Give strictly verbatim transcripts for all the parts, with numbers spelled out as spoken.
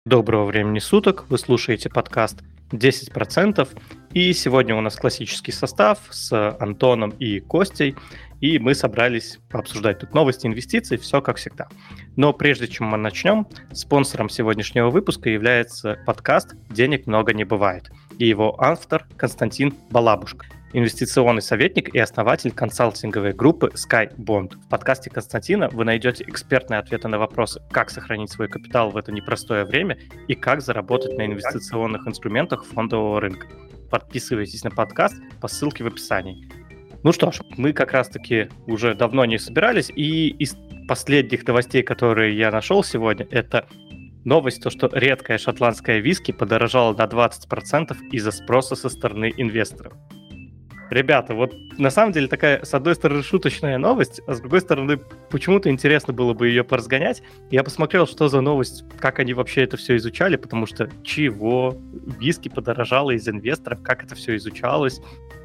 Доброго времени суток, вы слушаете подкаст десять процентов, и сегодня у нас классический состав с Антоном и Костей, и мы собрались пообсуждать тут новости инвестиций, все как всегда. Но прежде чем мы начнем, спонсором сегодняшнего выпуска является подкаст «Денег много не бывает», и его автор Константин Балабушка, инвестиционный советник и основатель консалтинговой группы SkyBond. В подкасте Константина вы найдете экспертные ответы на вопросы, как сохранить свой капитал в это непростое время и как заработать на инвестиционных инструментах фондового рынка. Подписывайтесь на подкаст по ссылке в описании. Ну что ж, мы как раз-таки уже давно не собирались, и из последних новостей, которые я нашел сегодня, это новость, то, что редкое шотландское виски подорожало на двадцать процентов из-за спроса со стороны инвесторов. Ребята, вот на самом деле такая, с одной стороны, шуточная новость, а с другой стороны, почему-то интересно было бы ее поразгонять. Я посмотрел, что за новость, как они вообще это все изучали, потому что чего? Виски подорожало из инвесторов, как это все изучалось,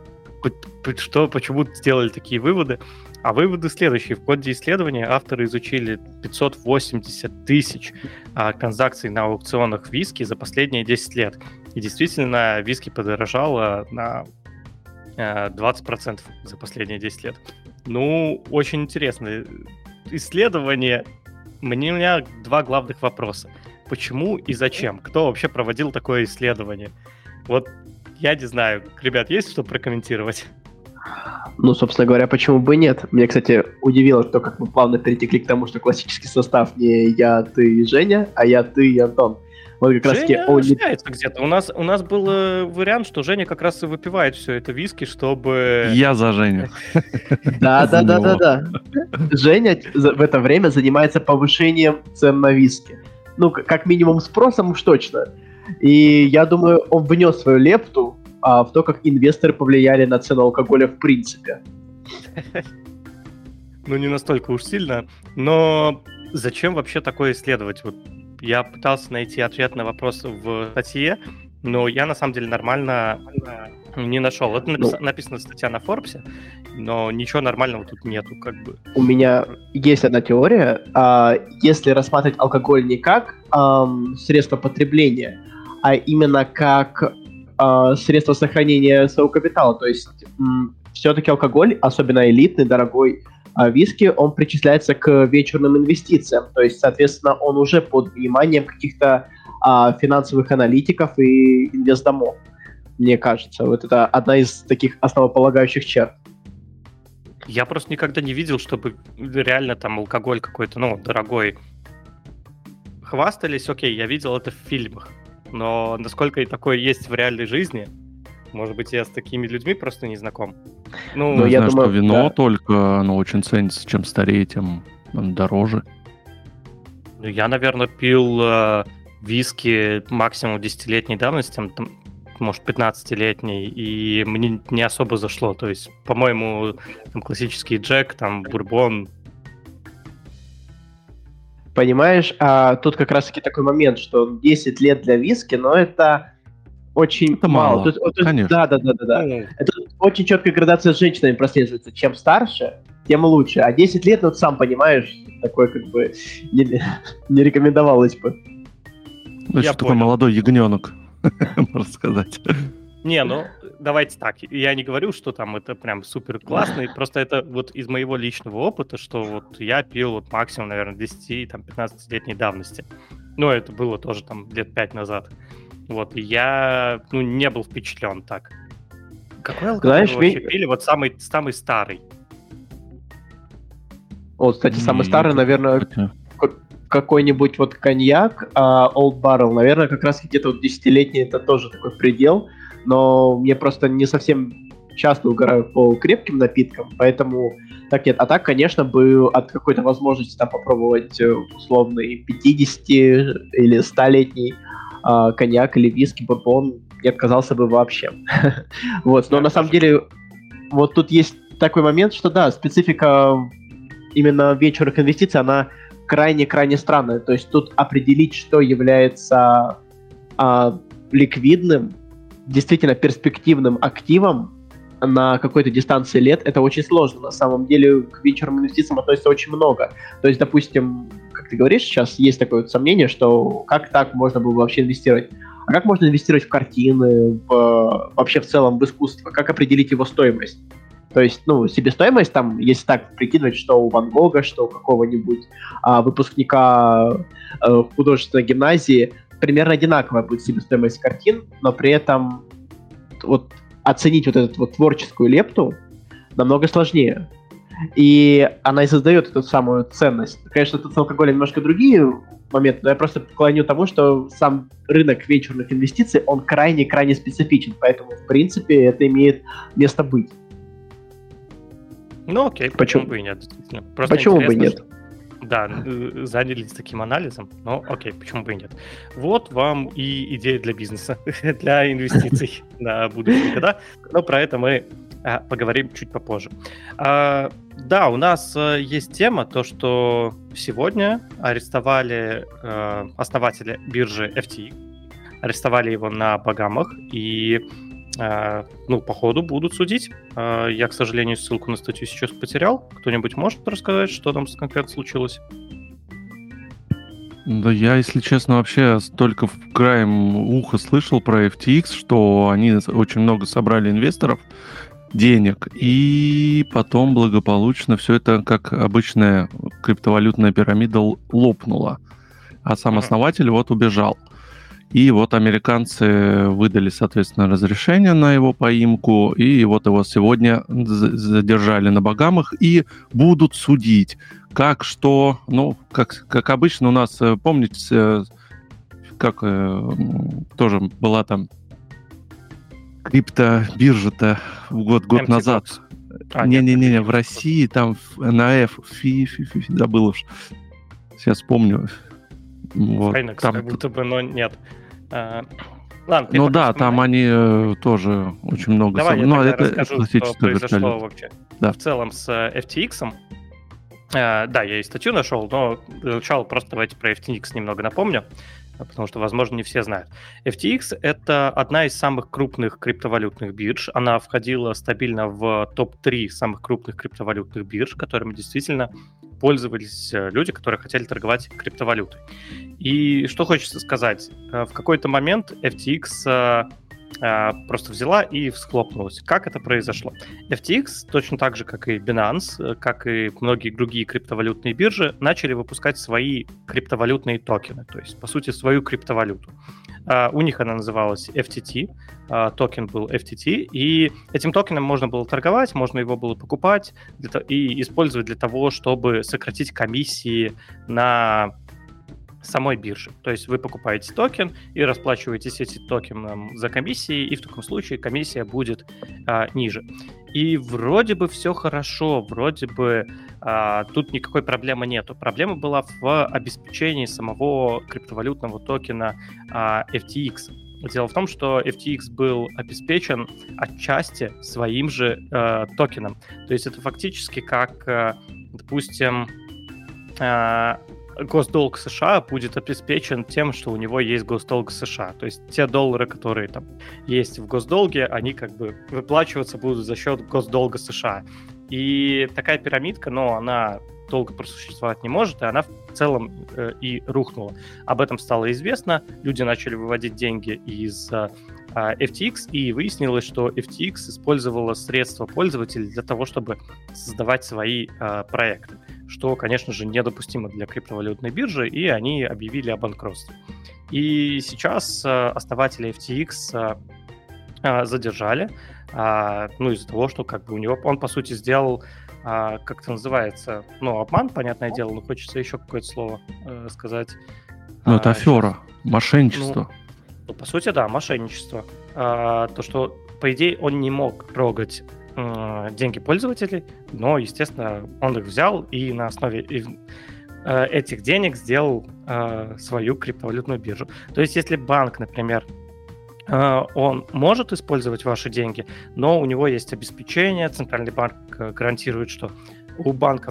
что, почему сделали такие выводы. А выводы следующие. В ходе исследования авторы изучили пятьсот восемьдесят тысяч а, транзакций на аукционах виски за последние десять лет. И действительно, виски подорожало на двадцать процентов за последние десять лет. Ну, очень интересное исследование. Мне, у меня два главных вопроса. Почему и зачем? Кто вообще проводил такое исследование? Вот я не знаю. Ребят, есть что прокомментировать? Ну, собственно говоря, почему бы нет? Мне, кстати, удивило то, как мы плавно перетекли к тому, что классический состав не я, ты и Женя, а я, ты и Антон. Вот как Женя раз рождается он... где-то. У нас, у нас был э, вариант, что Женя как раз и выпивает все это виски, чтобы... Я за Женю. Да-да-да-да-да. Женя в это время занимается повышением цен на виски. Ну, как минимум спросом уж точно. И я думаю, он внес свою лепту а, в то, как инвесторы повлияли на цену алкоголя в принципе. Ну, не настолько уж сильно. Но зачем вообще такое исследовать? Вот я пытался найти ответ на вопрос в статье, но я на самом деле нормально не нашел. Это напис... ну, написана статья на Forbes, но ничего нормального тут нету, как бы. У меня есть одна теория. А, если рассматривать алкоголь не как а, средство потребления, а именно как а, средство сохранения своего капитала, то есть м, все-таки алкоголь, особенно элитный, дорогой, а виски, он причисляется к вечерным инвестициям, то есть, соответственно, он уже под вниманием каких-то а, финансовых аналитиков и инвестдомов, мне кажется. Вот это одна из таких основополагающих черт. Я просто никогда не видел, чтобы реально там алкоголь какой-то, ну, дорогой, хвастались. Окей, я видел это в фильмах, но насколько и такое есть в реальной жизни... Может быть, я с такими людьми просто не знаком. Ну, ну я знаю, думаю, что вино да. только оно очень ценится. Чем старее, тем дороже. Ну, я, наверное, пил э, виски максимум десятилетней давности, там, может, пятнадцатилетней, и мне не особо зашло. То есть, по-моему, там классический Джек, там, бурбон. Понимаешь, а тут как раз-таки такой момент, что десять лет для виски, но это... Очень это мало. мало. Тут, тут, Конечно. Да, да, да, да, да. Mm. Это очень четкая градация с женщинами прослеживается. Чем старше, тем лучше. А десять лет, ну, ты сам понимаешь, такой как бы не, не рекомендовалось бы. Ну, что такой молодой ягненок, можно сказать. Не, ну, давайте так. Я не говорю, что там это прям супер классно. Просто это вот из моего личного опыта, что вот я пил вот максимум, наверное, десять-пятнадцатилетней давности. Ну, это было тоже там лет пять назад. Вот, и я, ну, не был впечатлен так. Какой алкоголь Знаешь, вы вообще ми... пили? Вот самый, самый старый. Вот, кстати, самый mm-hmm. старый, наверное, mm-hmm. какой-нибудь вот коньяк, uh, Old Barrel, наверное, как раз где-то вот десятилетний, это тоже такой предел, но мне просто не совсем часто угораю по крепким напиткам, поэтому так нет. А так, конечно, бы от какой-то возможности там попробовать условный пятидесяти- или столетний Uh, коньяк или виски, бурбон, не отказался бы вообще. Вот, но да, на самом деле вот тут есть такой момент, что да, специфика именно вечерных инвестиций, она крайне-крайне странная. То есть тут определить, что является а, ликвидным, действительно перспективным активом на какой-то дистанции лет, это очень сложно. На самом деле к вечерным инвестициям относится очень много. То есть, допустим, как как ты говоришь, сейчас есть такое вот сомнение, что как так можно было вообще инвестировать? А как можно инвестировать в картины, в, вообще в целом в искусство? Как определить его стоимость? То есть, ну, себестоимость там, если так прикидывать, что у Ван Гога, что у какого-нибудь а, выпускника а, художественной гимназии, примерно одинаковая будет себестоимость картин, но при этом вот оценить вот эту вот творческую лепту намного сложнее. И она и создает эту самую ценность. Конечно, тут с алкоголем немножко другие моменты, но я просто клоню тому, что сам рынок венчурных инвестиций, он крайне-крайне специфичен, поэтому, в принципе, это имеет место быть. Ну окей, почему, почему бы и нет, действительно. Просто почему бы и нет? Да, занялись таким анализом, но окей, почему бы и нет. Вот вам и идея для бизнеса, для инвестиций на будущие года, но про это мы а, поговорим чуть попозже. А, да, у нас а, есть тема, то, что сегодня арестовали а, основателя биржи эф ти экс, арестовали его на Багамах, и Uh, ну, по ходу будут судить. Uh, я, к сожалению, ссылку на статью сейчас потерял. Кто-нибудь может рассказать, что там конкретно случилось? Да я, если честно, вообще только в краем уха слышал про эф ти экс, что они очень много собрали инвесторов, денег, и потом благополучно все это, как обычная криптовалютная пирамида, лопнуло. А сам основатель вот убежал. И вот американцы выдали, соответственно, разрешение на его поимку, и вот его сегодня задержали на Багамах и будут судить. Как, что, ну, как, как обычно у нас, помните, как тоже была там криптобиржа-то год, год назад. А, Не-не-не, в России там на F, фи, фи, фи, забыл уж. Сейчас помню. Вот, Файнекс, там... как будто бы, но нет. А, ладно, ну да, там мы... они э, тоже очень много... Давай сам... я ну, тогда это расскажу, что произошло вертолет. Вообще. Да. В целом с эф ти экс. А, да, я и статью нашел, но для начала просто давайте про эф ти экс немного напомню, потому что, возможно, не все знают. эф ти экс — это одна из самых крупных криптовалютных бирж. Она входила стабильно в топ три самых крупных криптовалютных бирж, которыми действительно пользовались люди, которые хотели торговать криптовалютой. И что хочется сказать, в какой-то момент эф ти экс просто взяла и всхлопнулась. Как это произошло? эф ти экс, точно так же, как и Binance, как и многие другие криптовалютные биржи, начали выпускать свои криптовалютные токены, то есть, по сути, свою криптовалюту. Uh, у них она называлась эф ти ти, uh, токен был эф ти ти, и этим токеном можно было торговать, можно его было покупать для то- и использовать для того, чтобы сократить комиссии на самой бирже. То есть вы покупаете токен и расплачиваетесь этим токеном за комиссии, и в таком случае комиссия будет uh, ниже. И вроде бы все хорошо, вроде бы а, тут никакой проблемы нету. Проблема была в обеспечении самого криптовалютного токена а, эф ти экс. Дело в том, что эф ти экс был обеспечен отчасти своим же а, токеном. То есть это фактически как, а, допустим, а, госдолг США будет обеспечен тем, что у него есть госдолг США. То есть те доллары, которые там есть в госдолге, они как бы выплачиваться будут за счет госдолга США. И такая пирамидка, но она долго просуществовать не может, и она в целом э, и рухнула. Об этом стало известно, люди начали выводить деньги из э, эф ти экс, и выяснилось, что эф ти экс использовала средства пользователей для того, чтобы создавать свои э, проекты, что, конечно же, недопустимо для криптовалютной биржи, и они объявили о банкротстве. И сейчас э, основателя эф ти экс э, э, задержали, э, ну, из-за того, что как бы у него, он, по сути, сделал, э, как это называется, ну, обман, понятное дело, но хочется еще какое-то слово э, сказать. Ну, это афера, сейчас. Мошенничество. Ну, ну, по сути, да, мошенничество. Э, то, что, по идее, он не мог трогать деньги пользователей, но, естественно, он их взял и на основе этих денег сделал э, свою криптовалютную биржу. То есть, если банк, например, э, он может использовать ваши деньги, но у него есть обеспечение, Центральный банк гарантирует, что у банков,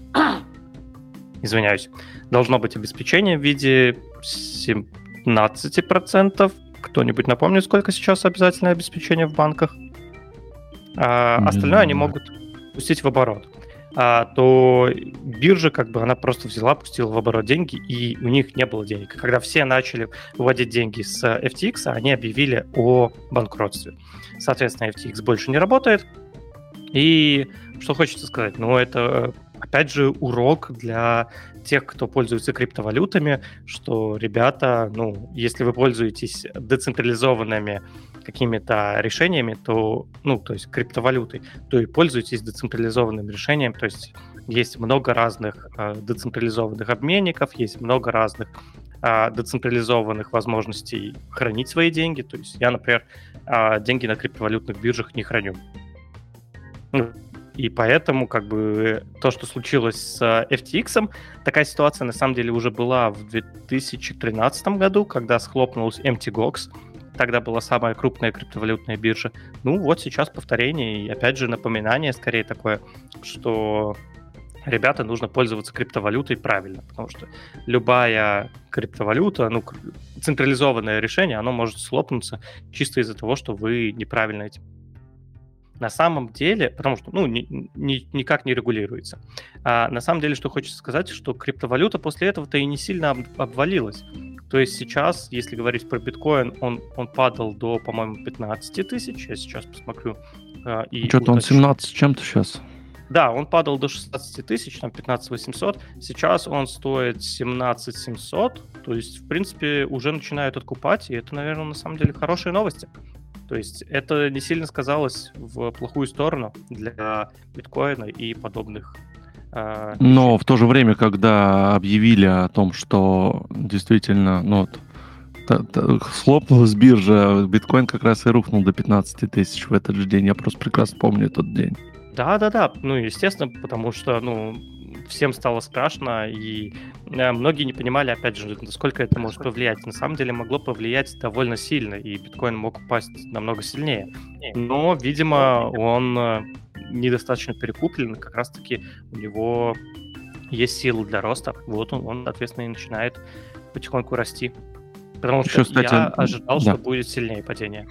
извиняюсь, должно быть обеспечение в виде семнадцать процентов. Кто-нибудь напомнит, сколько сейчас обязательное обеспечение в банках? А остальное они могут пустить в оборот. а, то биржа как бы она просто взяла, пустила в оборот деньги, и у них не было денег. Когда все начали выводить деньги с эф ти экс, они объявили о банкротстве. Соответственно, эф ти экс больше не работает. И что хочется сказать? Ну, это, опять же, урок для тех, кто пользуется криптовалютами, что, ребята, ну, если вы пользуетесь децентрализованными какими-то решениями, то, ну, то есть криптовалютой, то и пользуйтесь децентрализованным решением, то есть есть много разных э, децентрализованных обменников, есть много разных э, децентрализованных возможностей хранить свои деньги, то есть я, например, э, деньги на криптовалютных биржах не храню. И поэтому, как бы, то, что случилось с эф ти экс, такая ситуация, на самом деле, уже была в две тысячи тринадцатом году, когда схлопнулась эм ти гокс. Тогда была самая крупная криптовалютная биржа. Ну, вот сейчас повторение, и, опять же, напоминание, скорее, такое, что, ребята, нужно пользоваться криптовалютой правильно, потому что любая криптовалюта, ну, централизованное решение, оно может слопнуться чисто из-за того, что вы неправильно этим. На самом деле, потому что, ну, ни, ни, никак не регулируется. А на самом деле, что хочется сказать, что криптовалюта после этого-то и не сильно об, обвалилась. То есть сейчас, если говорить про биткоин, он, он падал до, по-моему, пятнадцать тысяч. Я сейчас посмотрю. А, и Что-то он семнадцать с чем-то сейчас. Да, он падал до шестнадцать тысяч, там пятнадцать восемьсот. Сейчас он стоит семнадцать семьсот. То есть, в принципе, уже начинают откупать. И это, наверное, на самом деле хорошие новости. То есть это не сильно сказалось в плохую сторону для биткоина и подобных. Э, Но вещей. в то же время, когда объявили о том, что действительно, ну, схлопнулась биржа, биткоин как раз и рухнул до пятнадцать тысяч в этот же день. Я просто прекрасно помню этот день. Да-да-да, ну, естественно, потому что, ну, всем стало страшно, и э, многие не понимали, опять же, насколько это может повлиять. На самом деле могло повлиять довольно сильно, и биткоин мог упасть намного сильнее. Но, видимо, он э, недостаточно перекуплен, как раз-таки у него есть силы для роста. Вот он, он соответственно, и начинает потихоньку расти. Потому что Еще, кстати, я ожидал, да. что будет сильнее падение.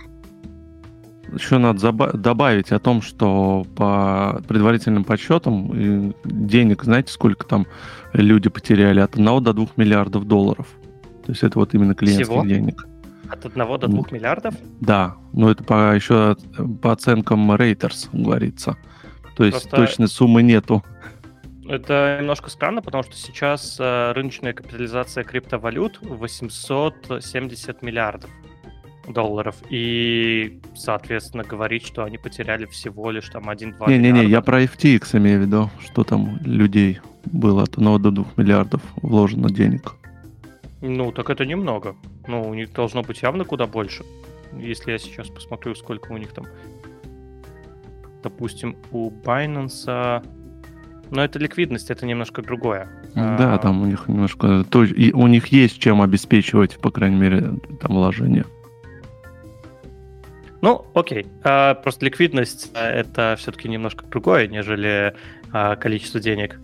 Еще надо заба- добавить о том, что по предварительным подсчетам денег, знаете, сколько там люди потеряли? От одного до двух миллиардов долларов. То есть это вот именно клиентских Всего? денег. От одного до двух миллиардов? Да, но это по, еще по оценкам Reuters говорится. То есть Просто точной суммы нету. это немножко странно, потому что сейчас э, рыночная капитализация криптовалют восемьсот семьдесят миллиардов долларов. И, соответственно, говорить, что они потеряли всего лишь там один-два миллиарда. Не-не-не, я про эф ти экс имею в виду, что там людей было от одного до двух миллиардов вложено денег. Ну, так это немного. Ну, у них должно быть явно куда больше. Если я сейчас посмотрю, сколько у них там... Допустим, у Binance... Но это ликвидность, это немножко другое. Да, А, там у них немножко... то- и у них есть чем обеспечивать, по крайней мере, там вложения. Ну, окей. А, просто ликвидность а, это все-таки немножко другое, нежели а, количество денег.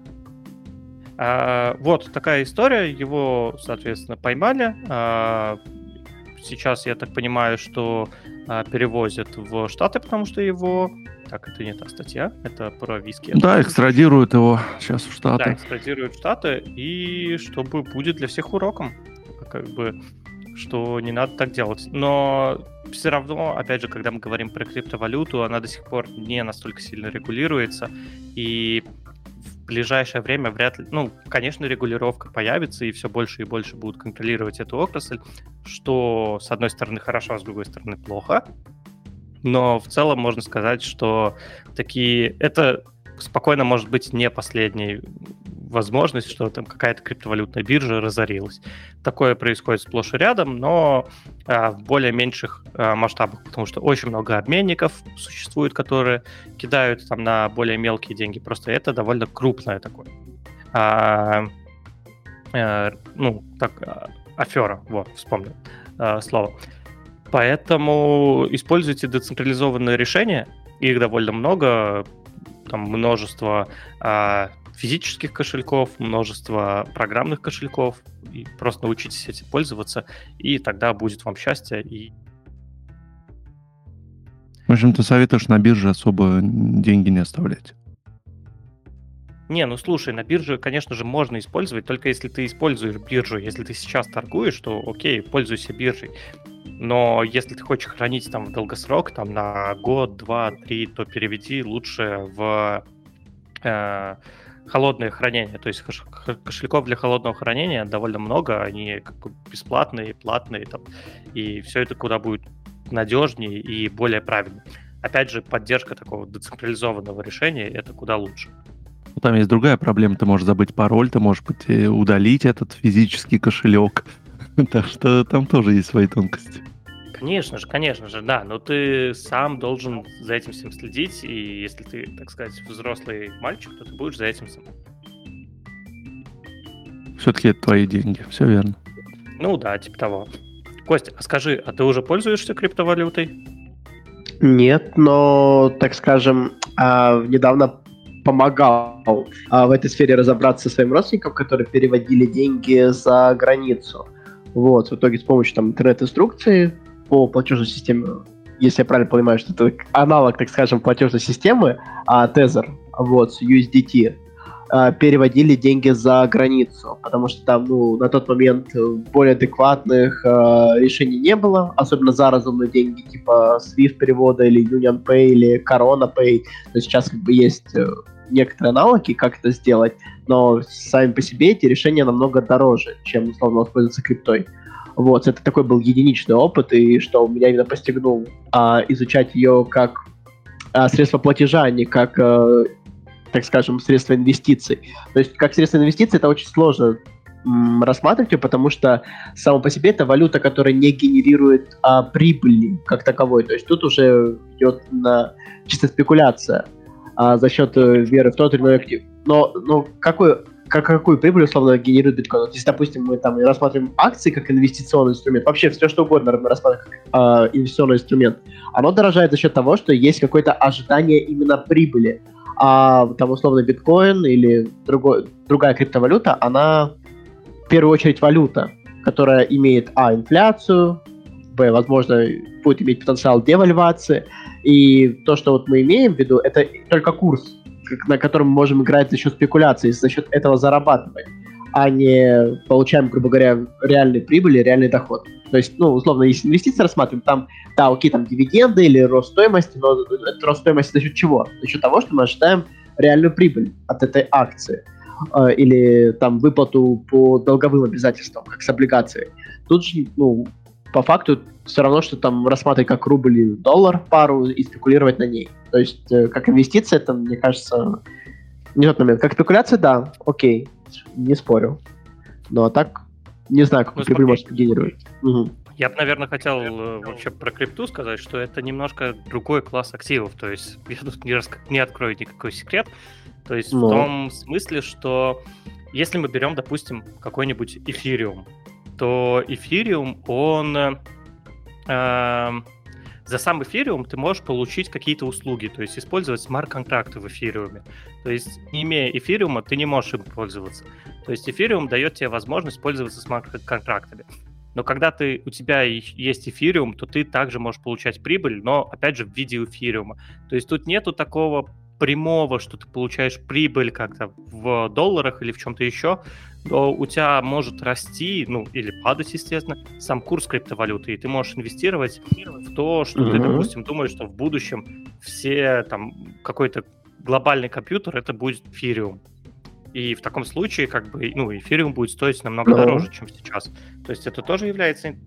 А, вот такая история. Его, соответственно, поймали. А, сейчас, я так понимаю, что а, перевозят в Штаты, потому что его... Так, это не та статья, это про виски. Да, экстрадируют его сейчас в Штаты. Да, экстрадируют в Штаты, и чтобы будет для всех уроком. Как бы... что не надо так делать. Но все равно, опять же, когда мы говорим про криптовалюту, она до сих пор не настолько сильно регулируется, и в ближайшее время вряд ли... Ну, конечно, регулировка появится, и все больше и больше будут контролировать эту отрасль, что, с одной стороны, хорошо, а с другой стороны, плохо. Но в целом можно сказать, что такие... Это спокойно может быть не последней возможность, что там какая-то криптовалютная биржа разорилась. Такое происходит сплошь и рядом, но а, в более меньших а, масштабах, потому что очень много обменников существует, которые кидают там на более мелкие деньги. Просто это довольно крупное такое. А, а, ну, так, а, афера, вот, вспомнил а, слово. Поэтому используйте децентрализованные решения, их довольно много, там множество а, физических кошельков, множество программных кошельков, и просто научитесь этим пользоваться, и тогда будет вам счастье. И... В общем, ты советуешь на бирже особо деньги не оставлять? Не, ну слушай, на бирже, конечно же, можно использовать, только если ты используешь биржу. Если ты сейчас торгуешь, то окей, пользуйся биржей. Но если ты хочешь хранить там в долгосрок, там на год, два, три, то переведи лучше в э, холодное хранение. То есть кош- х- кошельков для холодного хранения довольно много, они как бы бесплатные, платные, там, и все это куда будет надежнее и более правильно. Опять же, поддержка такого децентрализованного решения — это куда лучше. Ну, там есть другая проблема. Ты можешь забыть пароль, ты можешь быть, э, удалить этот физический кошелек. Так что там тоже есть свои тонкости. Конечно же, конечно же, да, но ты сам должен за этим всем следить, и если ты, так сказать, взрослый мальчик, то ты будешь за этим сам. Все-таки это твои деньги, все верно. Ну да, типа того. Костя, а скажи, а ты уже пользуешься криптовалютой? Нет, но, так скажем, а, недавно помогал а, в этой сфере разобраться со своим родственникам, которые переводили деньги за границу. Вот, в итоге с помощью там интернет-инструкции по платежной системе, если я правильно понимаю, что это аналог, так скажем, платежной системы, а, Tether, вот, с ю эс ди ти, а, переводили деньги за границу, потому что там, ну, на тот момент более адекватных а, решений не было, особенно за разумные деньги, типа Swift перевода или Union Pay или Corona Pay. То есть сейчас как бы есть некоторые аналоги, как это сделать, но сами по себе эти решения намного дороже, чем, условно, воспользоваться криптой. Вот, это такой был единичный опыт, и что меня именно постигнул а, изучать ее как а, средство платежа, а не как, а, так скажем, средство инвестиций. То есть как средство инвестиций это очень сложно м, рассматривать ее, потому что само по себе это валюта, которая не генерирует а, прибыли как таковой. То есть тут уже идет на чисто спекуляция а, за счет веры в тот или иной актив. Но, но какой, как, какую прибыль, условно, генерирует биткоин? Вот если, допустим, мы там рассматриваем акции как инвестиционный инструмент, вообще все что угодно мы рассматриваем как а, инвестиционный инструмент, оно дорожает за счет того, что есть какое-то ожидание именно прибыли. А там, условно, биткоин или другой, другая криптовалюта, она в первую очередь валюта, которая имеет, а, инфляцию, б, возможно, будет иметь потенциал девальвации, и то, что вот мы имеем в виду, это только курс, на котором мы можем играть за счет спекуляции, за счет этого зарабатывать, а не получаем, грубо говоря, реальные прибыли, реальный доход. То есть, ну, условно, если инвестиции рассматриваем, там, да, окей, там дивиденды или рост стоимости, но это рост стоимости за счет чего? За счет того, что мы ожидаем реальную прибыль от этой акции. Или там выплату по долговым обязательствам, как с облигацией. Тут же, ну, по факту все равно, что там рассматривать как рубль или доллар пару и спекулировать на ней. То есть, как инвестиция, это, мне кажется, не тот момент. Как спекуляция, да, окей, не спорю. Но так, не знаю, какую ну, прибыль может генерировать. Угу. Я бы, наверное, хотел э, вообще про крипту сказать, что это немножко другой класс активов. То есть я тут не, раск... не открою никакой секрет. То есть Но. в том смысле, что если мы берем, допустим, какой-нибудь эфириум, то эфириум, он... Э, за сам эфириум ты можешь получить какие-то услуги, то есть использовать смарт-контракты в эфириуме. То есть, не имея эфириума, ты не можешь им пользоваться. То есть эфириум дает тебе возможность пользоваться смарт-контрактами. Но когда ты, у тебя есть эфириум, то ты также можешь получать прибыль, но, опять же, в виде эфириума. То есть тут нету такого прямого, что ты получаешь прибыль как-то в долларах или в чем-то еще, то у тебя может расти, ну, или падать, естественно, сам курс криптовалюты, и ты можешь инвестировать в то, что mm-hmm. ты, допустим, думаешь, что в будущем все, там, какой-то глобальный компьютер, это будет эфириум. И в таком случае, как бы, ну, эфириум будет стоить намного mm-hmm. дороже, чем сейчас. То есть это тоже является...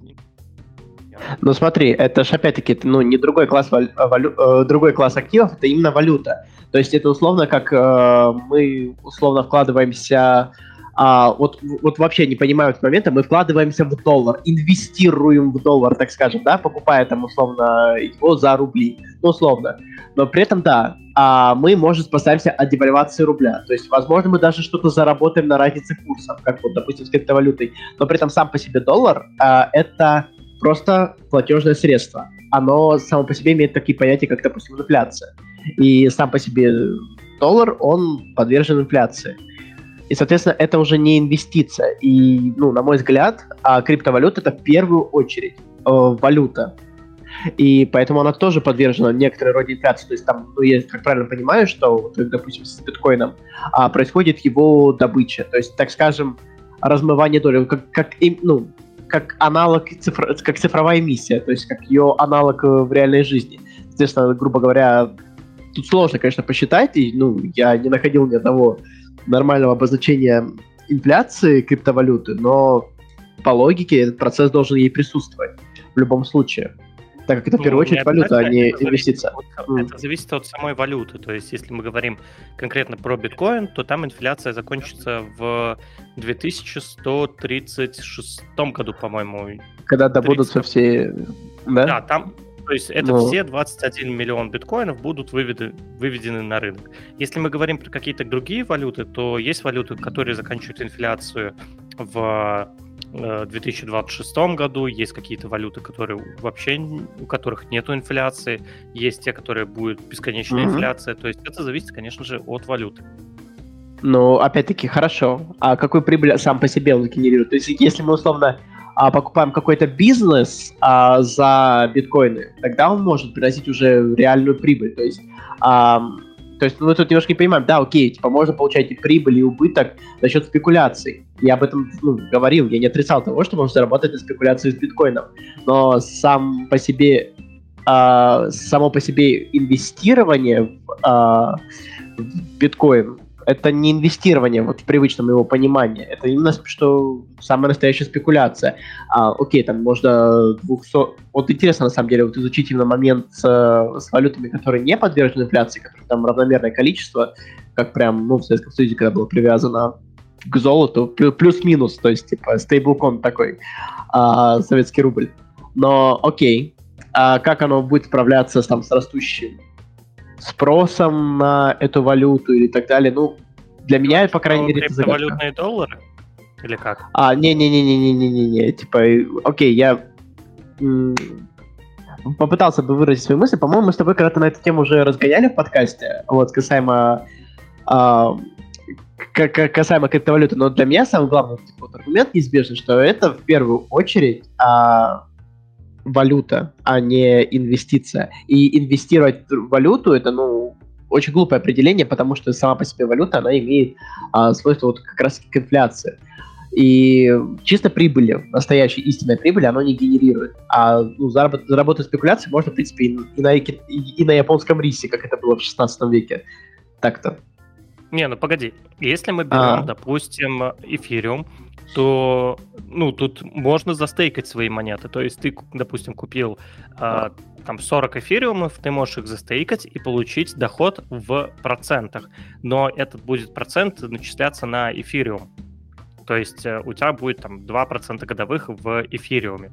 Ну смотри, это же опять-таки, ну, не другой класс, валю, валю, э, другой класс активов, это именно валюта. То есть это условно, как э, мы условно вкладываемся, а, вот, вот вообще не понимаю этот момент, мы вкладываемся в доллар, инвестируем в доллар, так скажем, да, покупая там условно его за рубли, ну условно. Но при этом, да, а мы, может, спасаемся от девальвации рубля. То есть, возможно, мы даже что-то заработаем на разнице курсов, как вот, допустим, с криптовалютой. Но при этом сам по себе доллар а, это просто платежное средство. Оно само по себе имеет такие понятия, как, допустим, инфляция. И сам по себе доллар, он подвержен инфляции. И, соответственно, это уже не инвестиция. И, ну, на мой взгляд, криптовалюта — это в первую очередь э, валюта. и поэтому она тоже подвержена некоторой роде инфляции. То есть там, ну, я как правильно понимаю, что, вот, допустим, с биткоином а, происходит его добыча. То есть, так скажем, размывание доли, как, как, ну, как аналог, цифр, как цифровая эмиссия, то есть как ее аналог в реальной жизни. Естественно, грубо говоря, тут сложно, конечно, посчитать, и, ну, я не находил ни одного нормального обозначения инфляции криптовалюты, но по логике этот процесс должен ей присутствовать в любом случае, так как это в первую очередь ну, валюта, а не инвестиция. От, mm. Это зависит от самой валюты, то есть если мы говорим конкретно про биткоин, то там инфляция закончится в две тысячи сто тридцать шестом году, по-моему. Когда добудутся все... Да, да там... То есть это ну. все двадцать один миллион биткоинов будут выведы, выведены на рынок. Если мы говорим про какие-то другие валюты, то есть валюты, которые заканчивают инфляцию в две тысячи двадцать шестом году, есть какие-то валюты, которые вообще, у которых нету инфляции, есть те, которые будут бесконечная mm-hmm. инфляция. То есть это зависит, конечно же, от валюты. Ну, опять-таки, хорошо. А какую прибыль сам по себе он генерирует? То есть если мы условно а покупаем какой-то бизнес а, за биткоины, тогда он может приносить уже реальную прибыль. То есть, а, то есть мы тут немножко не понимаем, да, окей, типа можно получать и прибыль, и убыток за счет спекуляций. Я об этом ну, говорил, я не отрицал того, что можно заработать на спекуляции с биткоином. Но сам по себе, а, само по себе инвестирование в, а, в биткоин, это не инвестирование вот в привычном его понимании. Это именно что самая настоящая спекуляция. А, окей, там можно двухсот... Вот интересно, на самом деле, вот изучить именно момент с, с валютами, которые не подвержены инфляции, которые там равномерное количество, как прям, ну, в Советском Союзе, когда было привязано к золоту, плюс-минус, то есть, типа, стейблкон такой, а, советский рубль. Но, окей, а как оно будет справляться с, там, с растущим спросом на эту валюту или так далее, ну, для меня, по крайней мере, это загадка. Криптовалютные доллары? Или как? А, не-не-не-не-не-не-не, типа, окей, я м- попытался бы выразить свои мысли, по-моему, мы с тобой когда-то на эту тему уже разгоняли в подкасте, вот, касаемо, а, к- к- касаемо криптовалюты, но для меня самый главный типа, вот, аргумент неизбежный, что это в первую очередь а, валюта, а не инвестиция. И инвестировать в валюту, это, ну, очень глупое определение, потому что сама по себе валюта, она имеет а, свойство вот как раз к инфляции. И чисто прибыли, настоящей истинной прибыли, оно не генерирует. А ну, заработ- заработать спекуляции можно, в принципе, и, и, на, и, и на японском рисе, как это было в шестнадцатом веке. Так-то. Не, ну погоди. Если мы берем, а. допустим, эфириум, то, ну, тут можно застейкать свои монеты. То есть ты, допустим, купил а, там сорок эфириумов, ты можешь их застейкать и получить доход в процентах. Но этот будет процент начисляться на эфириум. То есть у тебя будет там два процента годовых в эфириуме.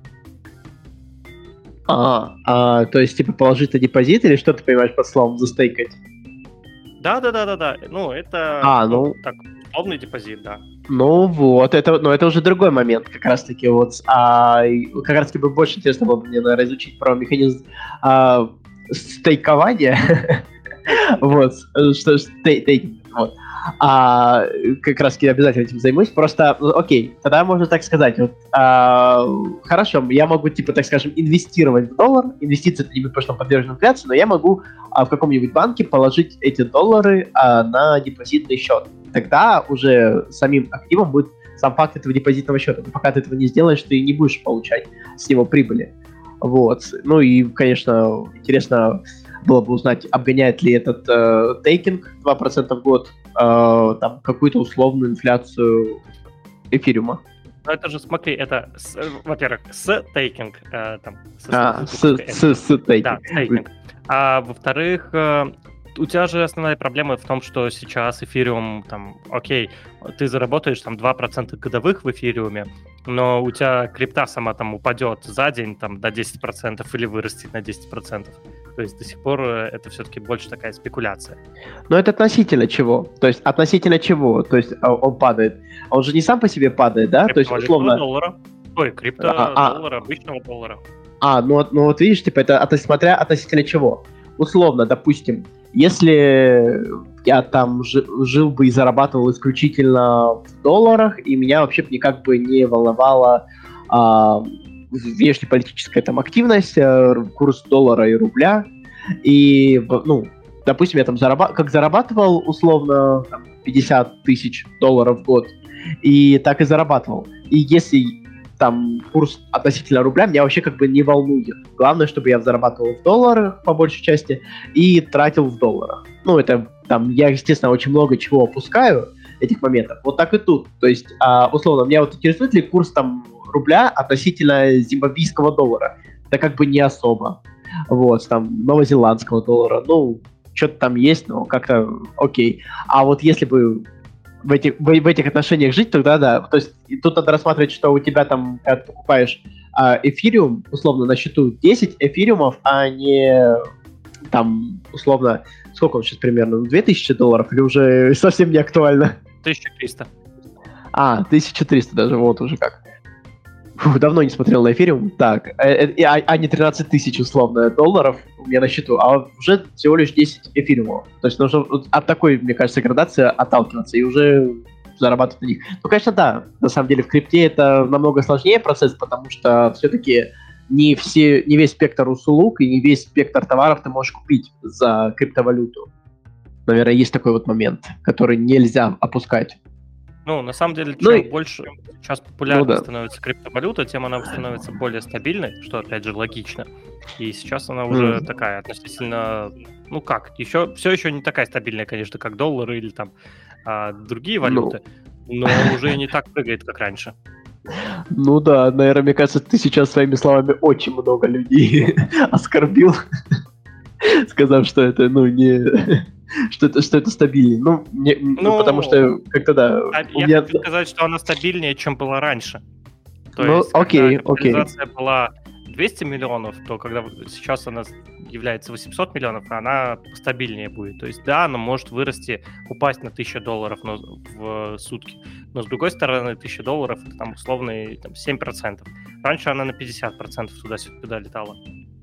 А, а, то есть типа положить на депозит или что ты понимаешь под словом застейкать? Да-да-да-да-да. Ну, это а, ну, ну, так, условный депозит, да. Ну вот, это, ну, это уже другой момент, как раз-таки вот, а, как раз-таки бы больше интересно было бы мне, наверное, изучить про механизм а, стейкования, вот, что стейкинг, вот. А, как раз таки обязательно этим займусь. Просто, окей, тогда можно так сказать. Вот, а, хорошо, я могу, типа, так скажем, инвестировать в доллар. Инвестиции это не будет, потому что подвержены инфляции, но я могу а, в каком-нибудь банке положить эти доллары а, на депозитный счет. Тогда уже самим активом будет сам факт этого депозитного счета. Но пока ты этого не сделаешь, ты не будешь получать с него прибыли. Вот. Ну и, конечно, интересно было бы узнать, обгоняет ли этот э, тейкинг два процента в год э, там какую-то условную инфляцию эфириума. Ну это же, смотри, это, с, во-первых, с тейкинг. Э, там, с, а, с, с, с тейкинг. Да, с тейкинг. А во-вторых, э, у тебя же основная проблема в том, что сейчас эфириум, там, окей, ты заработаешь там два процента годовых в эфириуме, но у тебя крипта сама там упадет за день там до десять процентов или вырастет на десять процентов. То есть до сих пор это все-таки больше такая спекуляция. Но это относительно чего? То есть относительно чего? То есть он падает. Он же не сам по себе падает, да? То есть условно... доллара. Ой, крипто-доллара, обычного доллара. А, ну, ну вот видишь, типа это от, смотря относительно чего. Условно, допустим, если я там жил, жил бы и зарабатывал исключительно в долларах, и меня вообще никак бы не волновало а, внешнеполитическая там активность, курс доллара и рубля, и, ну, допустим, я там зараба- как зарабатывал условно там, пятьдесят тысяч долларов в год, и так и зарабатывал. И если там курс относительно рубля меня вообще как бы не волнует. Главное, чтобы я зарабатывал в долларах по большей части и тратил в долларах. Ну, это там, я, естественно, очень много чего опускаю, этих моментов. Вот так и тут. То есть, а, условно, меня вот интересует ли курс там рубля относительно зимбабвийского доллара? Да как бы не особо. Вот, там, новозеландского доллара. Ну, что-то там есть, но как-то окей. А вот если бы в этих, в, в этих отношениях жить, тогда да. То есть и тут надо рассматривать, что у тебя там, когда ты покупаешь а, эфириум, условно, на счету десять эфириумов, а не там, условно, сколько он сейчас примерно? две тысячи долларов или уже совсем не актуально? тысяча триста. А, тысяча триста даже, вот уже как. Фух, давно не смотрел на эфириум. Так, э, э, а, а не тринадцать тысяч, условно, долларов у меня на счету, а уже всего лишь десять эфириумов. То есть нужно вот от такой, мне кажется, градации отталкиваться и уже зарабатывать на них. Ну, конечно, да, на самом деле в крипте это намного сложнее процесс, потому что все-таки не, все, не весь спектр услуг и не весь спектр товаров ты можешь купить за криптовалюту. Наверное, есть такой вот момент, который нельзя опускать. Ну, на самом деле, Ну чем и- больше сейчас популярна Ну да. становится криптовалюта, тем она становится более стабильной, что, опять же, логично. И сейчас она уже Мгм. такая относительно, ну как, еще все еще не такая стабильная, конечно, как доллар или там а, другие валюты, но уже и не так прыгает, как раньше. Ну да, наверное, мне кажется, ты сейчас своими словами очень много людей оскорбил, сказав, что это, ну, не... что это, что это стабильнее. Ну, не- ну, Ну, потому что как-то да, А у я меня... хочу сказать, что она стабильнее, чем была раньше. То Ну, есть, окей, когда окей. капитализация была двести миллионов, то когда сейчас она является восемьсот миллионов, она стабильнее будет. То есть, да, она может вырасти, упасть на тысячу долларов но- в сутки. Но, с другой стороны, тысяча долларов — это там условные там, семь процентов. Раньше она на пятьдесят процентов туда-сюда летала.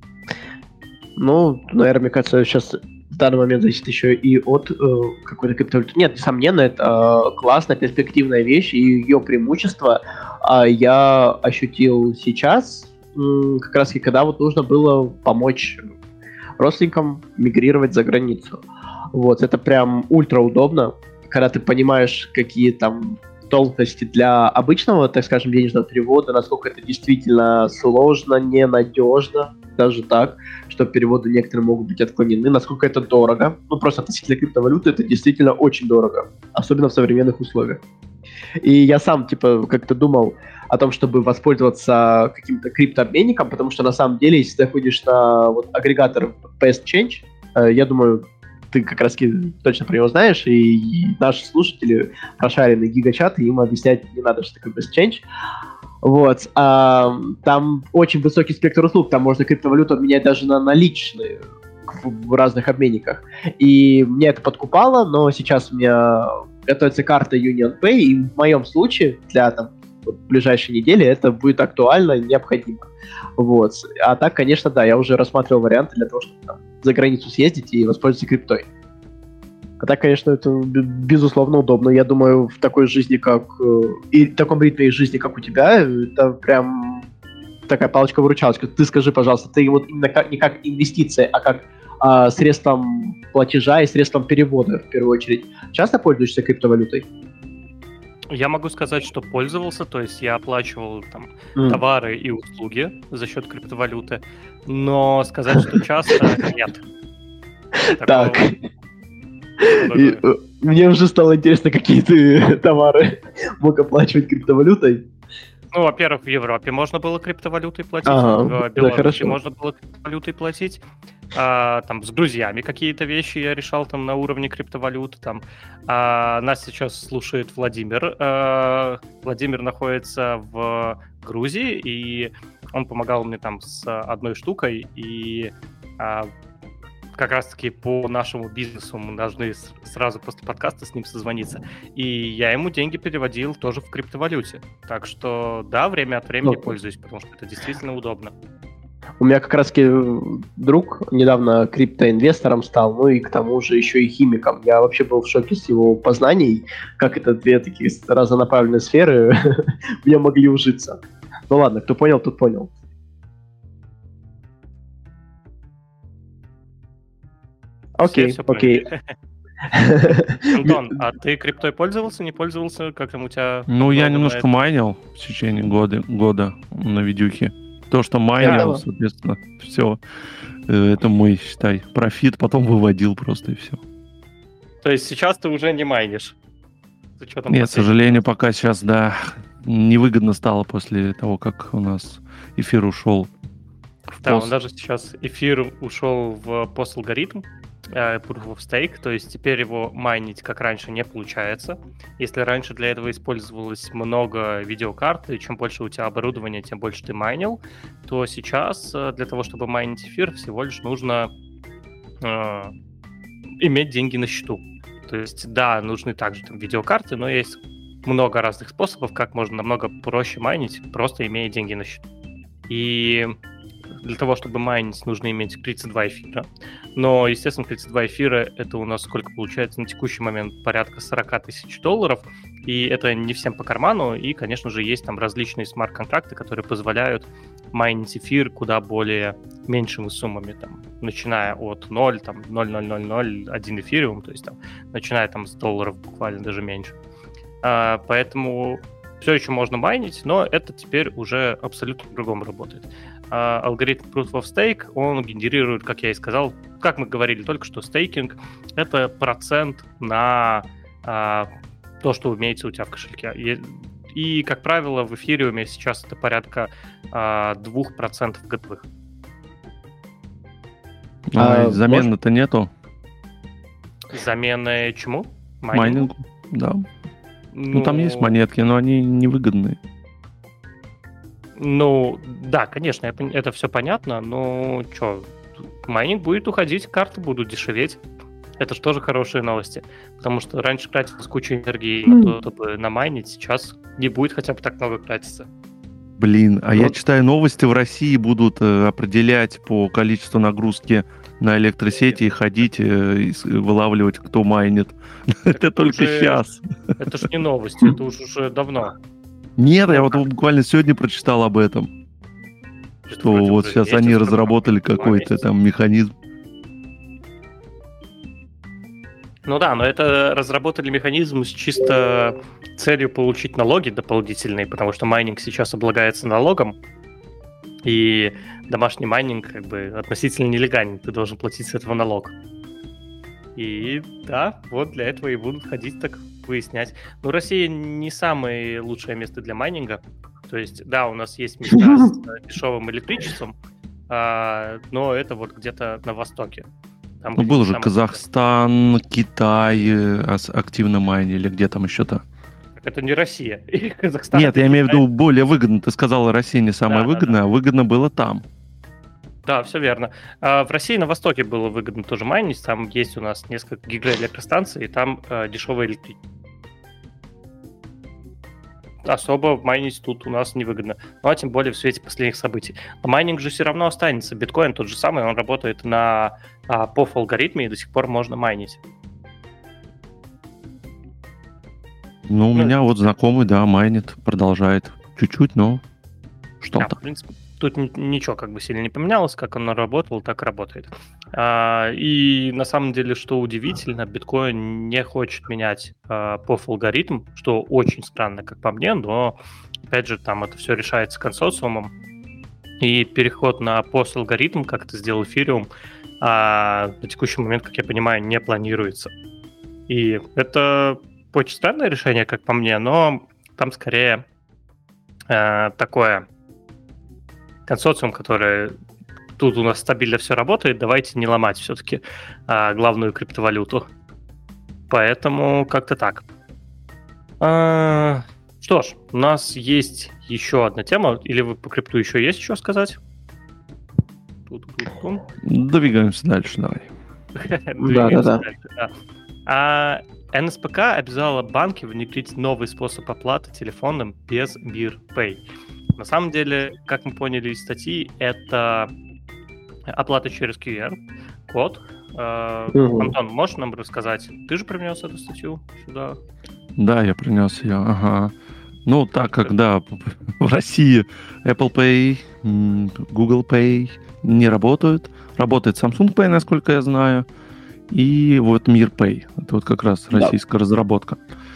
Ну, наверное, мне кажется, сейчас в данный момент зависит еще и от э, какой-то криптовалюты. Нет, несомненно, это э, классная, перспективная вещь, и ее преимущество а, я ощутил сейчас, м, как раз и когда вот нужно было помочь родственникам мигрировать за границу. Вот, это прям ультра удобно, когда ты понимаешь, какие там тонкости для обычного, так скажем, денежного перевода, насколько это действительно сложно, ненадежно, даже так, что переводы некоторые могут быть отклонены, насколько это дорого. Ну, просто относительно криптовалюты это действительно очень дорого, особенно в современных условиях. И я сам, типа, как-то думал о том, чтобы воспользоваться каким-то криптообменником, потому что, на самом деле, если заходишь на вот, агрегатор PestChange, э, я думаю, ты как раз точно про него знаешь, и, и наши слушатели прошарены гигачаты, им объяснять не надо, что такое PestChange. Вот. А, там очень высокий спектр услуг, там можно криптовалюту обменять даже на наличные в, в разных обменниках. И меня это подкупало, но сейчас у меня готовится карта UnionPay, и в моем случае для там, вот, ближайшей недели это будет актуально и необходимо. Вот. А так, конечно, да, я уже рассматривал варианты для того, чтобы там, за границу съездить и воспользоваться криптой. А так, конечно, это безусловно удобно. Я думаю, в такой жизни, как и в таком ритме жизни, как у тебя, это прям такая палочка-выручалочка. Ты скажи, пожалуйста, ты вот именно как, не как инвестиция, а как а, средством платежа и средством перевода, в первую очередь, часто пользуешься криптовалютой? Я могу сказать, что пользовался, то есть я оплачивал там Mm. товары и услуги за счет криптовалюты, но сказать, что часто, нет. Так. Такого- И, э, мне уже стало интересно, какие ты товары мог оплачивать криптовалютой. Ну, во-первых, в Европе можно было криптовалютой платить, Ага, в да, Беларуси хорошо. можно было криптовалютой платить, а, там с друзьями какие-то вещи я решал там на уровне криптовалюты. Там. А, нас сейчас слушает Владимир. А, Владимир находится в Грузии, и он помогал мне там с одной штукой, и а, как раз-таки по нашему бизнесу мы должны с- сразу после подкаста с ним созвониться. И я ему деньги переводил тоже в криптовалюте. Так что, да, время от времени Ну. пользуюсь, потому что это действительно удобно. У меня как раз друг недавно криптоинвестором стал, ну и к тому же еще и химиком. Я вообще был в шоке с его познаний, как это две такие разнонаправленные сферы в нем могли ужиться. Ну ладно, кто понял, тот понял. Окей, все, все окей. Антон, а ты криптой пользовался, не пользовался? Как там у тебя? Ну, я много немножко на это? майнил в течение года, года на видюхе. То, что майнил, Да. соответственно, все. Это мой, считай, профит, потом выводил просто и все. То есть сейчас ты уже не майнишь? С учетом Нет, к последнего. сожалению, пока сейчас, да, невыгодно стало после того, как у нас эфир ушел в Да, пост. он даже сейчас эфир ушел в пост-алгоритм, э, Proof of Stake, то есть теперь его майнить, как раньше, не получается. Если раньше для этого использовалось много видеокарт, и чем больше у тебя оборудования, тем больше ты майнил, то сейчас э, для того, чтобы майнить эфир, всего лишь нужно э, иметь деньги на счету. То есть, да, нужны также там видеокарты, но есть много разных способов, как можно намного проще майнить, просто имея деньги на счету. И для того, чтобы майнить, нужно иметь тридцать два эфира. Но, естественно, тридцать два эфира — это у нас сколько получается на текущий момент? Порядка сорок тысяч долларов. И это не всем по карману. И, конечно же, есть там различные смарт-контракты, которые позволяют майнить эфир куда более меньшими суммами, там, начиная от ноль, там, ноль целых ноль ноль ноль один эфириум, то есть там, начиная там с долларов буквально даже меньше. А, поэтому все еще можно майнить, но это теперь уже абсолютно по-другому работает. А, алгоритм Proof of Stake, он генерирует, как я и сказал, как мы говорили только что, стейкинг — это процент на а, то, что имеется у тебя в кошельке. И, и, как правило, в эфириуме сейчас это порядка а, два процента годовых. А, А, замены-то нету? Замены чему? Майнингу, да. Ну, Ну, там есть монетки, но они невыгодные. Ну, да, конечно, это, это все понятно, но что, майнинг будет уходить, карты будут дешеветь. Это же тоже хорошие новости, потому что раньше тратилось кучу энергии на то, чтобы намайнить, сейчас не будет хотя бы так много тратиться. Блин, а Ну, я читаю, новости в России будут э, определять по количеству нагрузки на электросети и ходить, э, и с- вылавливать, кто майнит. Это только уже- сейчас. Это ж не новости, это уж уже давно. Нет, я Ну, вот как? буквально сегодня прочитал об этом, Это что вроде вот уже сейчас месяц они как разработали два какой-то месяца. там механизм. Ну да, но это разработали механизм с чисто целью получить налоги дополнительные, потому что майнинг сейчас облагается налогом, и домашний майнинг как бы относительно нелегален, ты должен платить с этого налог. И да, вот для этого и будут ходить так выяснять. Но Россия не самое лучшее место для майнинга. То есть, да, у нас есть места с э, дешевым электричеством, а, но это вот где-то на востоке. Там, Ну, где был не же самое- Казахстан, Китай э, ас- активно майнили, где там еще-то. Это не Россия. И Казахстан. Нет, это я имею в Китай. виду более выгодно. Ты сказала, Россия не самая Да, да, выгодная, а выгодно было там. Да, все верно. А в России на Востоке было выгодно тоже майнить. Там есть у нас несколько гидроэлектростанций, и там э, дешевое электричество. Особо майнить тут у нас невыгодно. Ну, а тем более в свете последних событий. Но майнинг же все равно останется. Биткоин тот же самый, он работает на а, пи о эф-алгоритме, и до сих пор можно майнить. Ну, у Ну, меня вот знакомый, да, майнит, продолжает. Чуть-чуть, но Да, что-то. в принципе, тут ни- ничего как бы сильно не поменялось, как оно работало, так и работает. А, и на самом деле, что удивительно, биткоин не хочет менять а, пи о эф-алгоритм, что очень странно, как по мне, но, опять же, там это все решается консорциумом. И переход на пи о эф-алгоритм, как это сделал эфириум, а, на текущий момент, как я понимаю, не планируется. И это очень странное решение, как по мне, но там скорее э, такое консорциум, который тут у нас стабильно все работает, давайте не ломать все-таки а, главную криптовалюту. Поэтому как-то так. А, что ж, у нас есть еще одна тема, или вы по крипту еще есть что сказать? Ту-ту-ту-ту. Двигаемся дальше, давай. Двигаемся Да-да-да. дальше, да. А эн эс пэ ка обязала банки внедрить новый способ оплаты телефоном без Мир-Pay. На самом деле, как мы поняли из статьи, это оплата через ку ар-код. Э, Мгм. Антон, можешь нам рассказать? Ты же принес эту статью сюда? Да, я принес ее, ага. Ну, так как, да, в России Apple Pay, м, Google Pay не работают. Работает Samsung Pay, насколько я знаю. и вот Мирпэй. Это вот как раз российская да. разработка.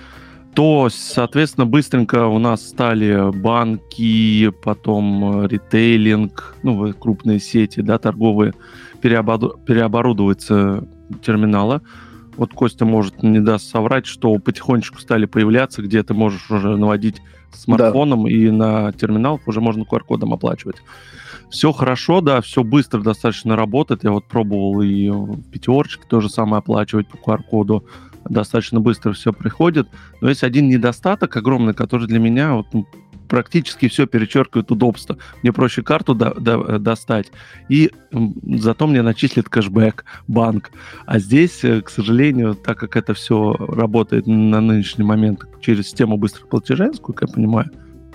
То, соответственно, быстренько у нас стали банки, потом ритейлинг, ну, крупные сети, да, торговые, переобору- переоборудовываются терминалы. Вот Костя, может, не даст соврать, что потихонечку стали появляться, где ты можешь уже наводить смартфоном, да. и на терминалах уже можно ку ар кодом оплачивать. Все хорошо, да, все быстро достаточно работает. Я вот пробовал и в пятерочке то же самое оплачивать по ку ар коду. Достаточно быстро все приходит. Но есть один недостаток огромный, который для меня вот, ну, практически все перечеркивает удобство. Мне проще карту до, до, достать, и зато мне начислит кэшбэк банк. А здесь, к сожалению, так как это все работает на нынешний момент через систему быстрых платежей, насколько я понимаю,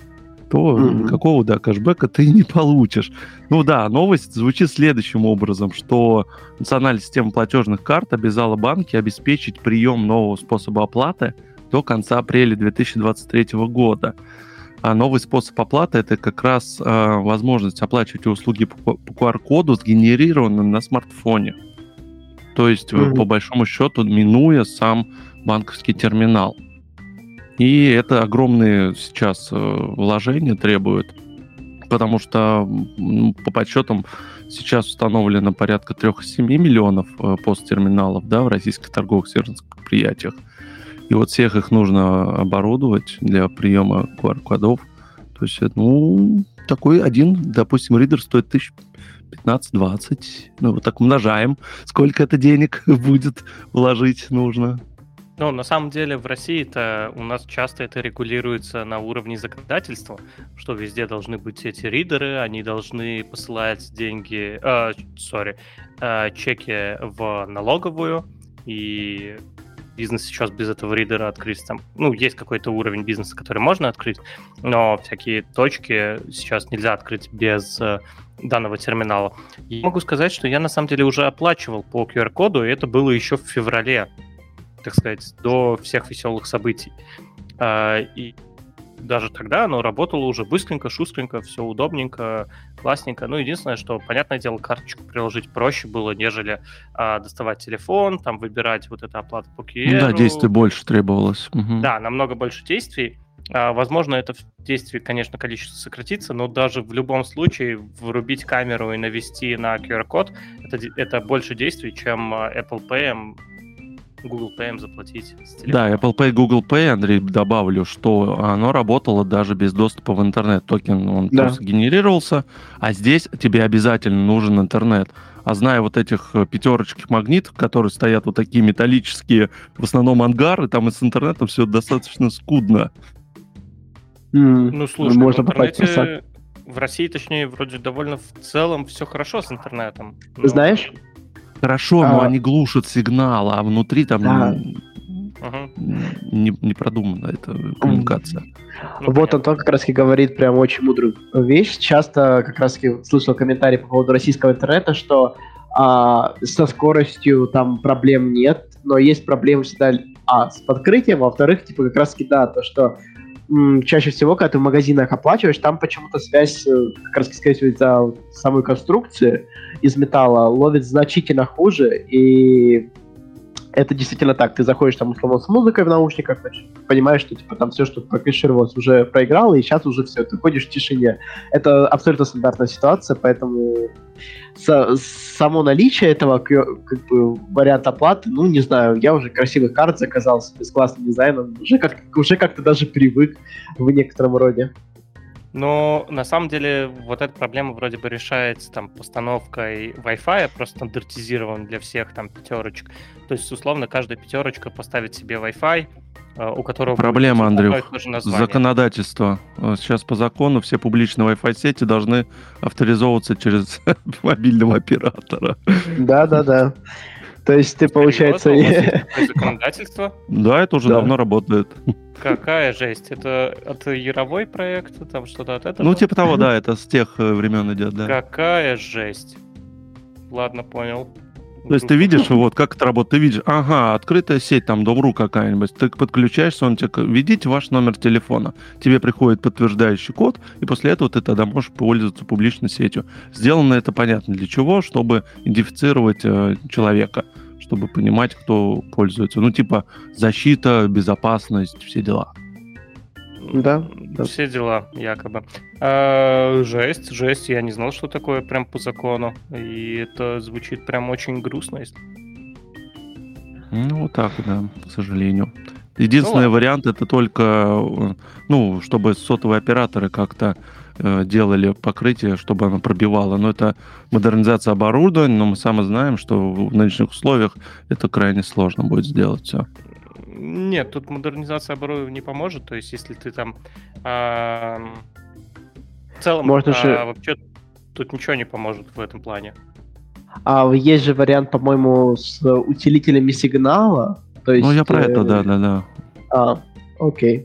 то mm-hmm. никакого, да, кэшбэка ты не получишь. Ну да, новость звучит следующим образом, что национальная система платежных карт обязала банки обеспечить прием нового способа оплаты до конца апреля две тысячи двадцать третьего года. А новый способ оплаты — это как раз э, возможность оплачивать услуги по, по ку ар коду, сгенерированным на смартфоне. То есть, mm-hmm. по большому счету, минуя сам банковский терминал. И это огромные сейчас э, вложения требует, потому что ну, по подсчетам сейчас установлено порядка три целых семь десятых миллионов э, посттерминалов, да, в российских торговых сервисных предприятиях. И вот всех их нужно оборудовать для приема ку ар кодов. То есть, ну, такой один, допустим, ридер стоит тысяч пятнадцать-двадцать. Ну, вот так умножаем. Сколько это денег будет вложить нужно? Ну, на самом деле в России-то у нас часто это регулируется на уровне законодательства, что везде должны быть эти ридеры, они должны посылать деньги, э, sorry, э, чеки в налоговую, и бизнес сейчас без этого ридера открыть там, ну, есть какой-то уровень бизнеса, который можно открыть, но всякие точки сейчас нельзя открыть без э, данного терминала. Я могу сказать, что я на самом деле уже оплачивал по ку ар коду, и это было еще в феврале, так сказать, до всех веселых событий. А, и даже тогда оно работало уже быстренько, шустренько, все удобненько, классненько. Ну, единственное, что, понятное дело, карточку приложить проще было, нежели а, доставать телефон, там выбирать вот эту оплату по ку ар. Да, действий больше требовалось. Угу. Да, намного больше действий. А, возможно, это действий, конечно, количество сократится, но даже в любом случае врубить камеру и навести на ку ар код это, это больше действий, чем Apple Pay, Google Pay заплатить с телефона. Да, Apple Pay, Google Pay, Андрей, добавлю, что оно работало даже без доступа в интернет. Токен, он да. просто генерировался, а здесь тебе обязательно нужен интернет. А зная вот этих пятерочек магнитов, которые стоят вот такие металлические, в основном ангары, там и с интернетом все достаточно скудно. Mm. Ну, слушай, можно в интернете, в России, точнее, вроде довольно в целом все хорошо с интернетом. Но... Знаешь? Хорошо, а... но они глушат сигнал, а внутри там да. не, не продумана эта коммуникация. Ну, вот Антон как раз и говорит прям очень мудрую вещь. Часто как раз слышал комментарии по поводу российского интернета, что а, со скоростью там проблем нет, но есть проблемы всегда а, с подкрытием, а во-вторых, типа как раз да, то, что м, чаще всего, когда ты в магазинах оплачиваешь, там почему-то связь, как раз, скорее всего, из-за самой конструкции из металла ловит значительно хуже, и это действительно так. Ты заходишь там, условно, с музыкой в наушниках, значит, понимаешь, что типа там все, что прокэшировалось, уже проиграло, и сейчас уже все, ты ходишь в тишине. Это абсолютно стандартная ситуация, поэтому с- само наличие этого как бы, варианта оплаты, ну, не знаю, я уже красивых карт заказал с классным дизайном, уже, как- уже как-то даже привык в некотором роде. Но на самом деле вот эта проблема вроде бы решается там постановкой Wi-Fi, просто стандартизирован для всех там пятерочек. То есть, условно, каждая пятерочка поставит себе Wi-Fi, у которого... Проблема, Андрюх, законодательство. Сейчас по закону все публичные Wi-Fi сети должны авторизовываться через мобильного оператора. Да-да-да. То есть ты, получается... Законодательство? Да, это уже да. давно работает. Какая жесть? Это от Яровой проекта? Там что-то от этого? Ну, типа того, да, это с тех времен идет, да. Какая жесть? Ладно, понял. То есть ты видишь, вот как это работает, ты видишь, ага, открытая сеть, там, Дом.ру какая-нибудь, ты подключаешься, он тебе, введите ваш номер телефона, тебе приходит подтверждающий код, и после этого ты тогда можешь пользоваться публичной сетью. Сделано это понятно для чего, чтобы идентифицировать э, человека, чтобы понимать, кто пользуется. Ну, типа защита, безопасность, все дела. Да, да. Все дела, якобы. А, жесть, жесть. Я не знал, что такое прям по закону. И это звучит прям очень грустно. Если... Ну, вот так, да, к сожалению. Единственный ну, вариант это только, ну, чтобы сотовые операторы как-то э, делали покрытие, чтобы оно пробивало. Но это модернизация оборудования, но мы сами знаем, что в нынешних условиях это крайне сложно будет сделать все. Нет, тут модернизация оборудования не поможет. То есть, если ты там а, в целом Можно а, же... вообще тут ничего не поможет в этом плане. А есть же вариант, по-моему, с усилителями сигнала. То есть, ну, я про э... это, да, да, да. А, окей.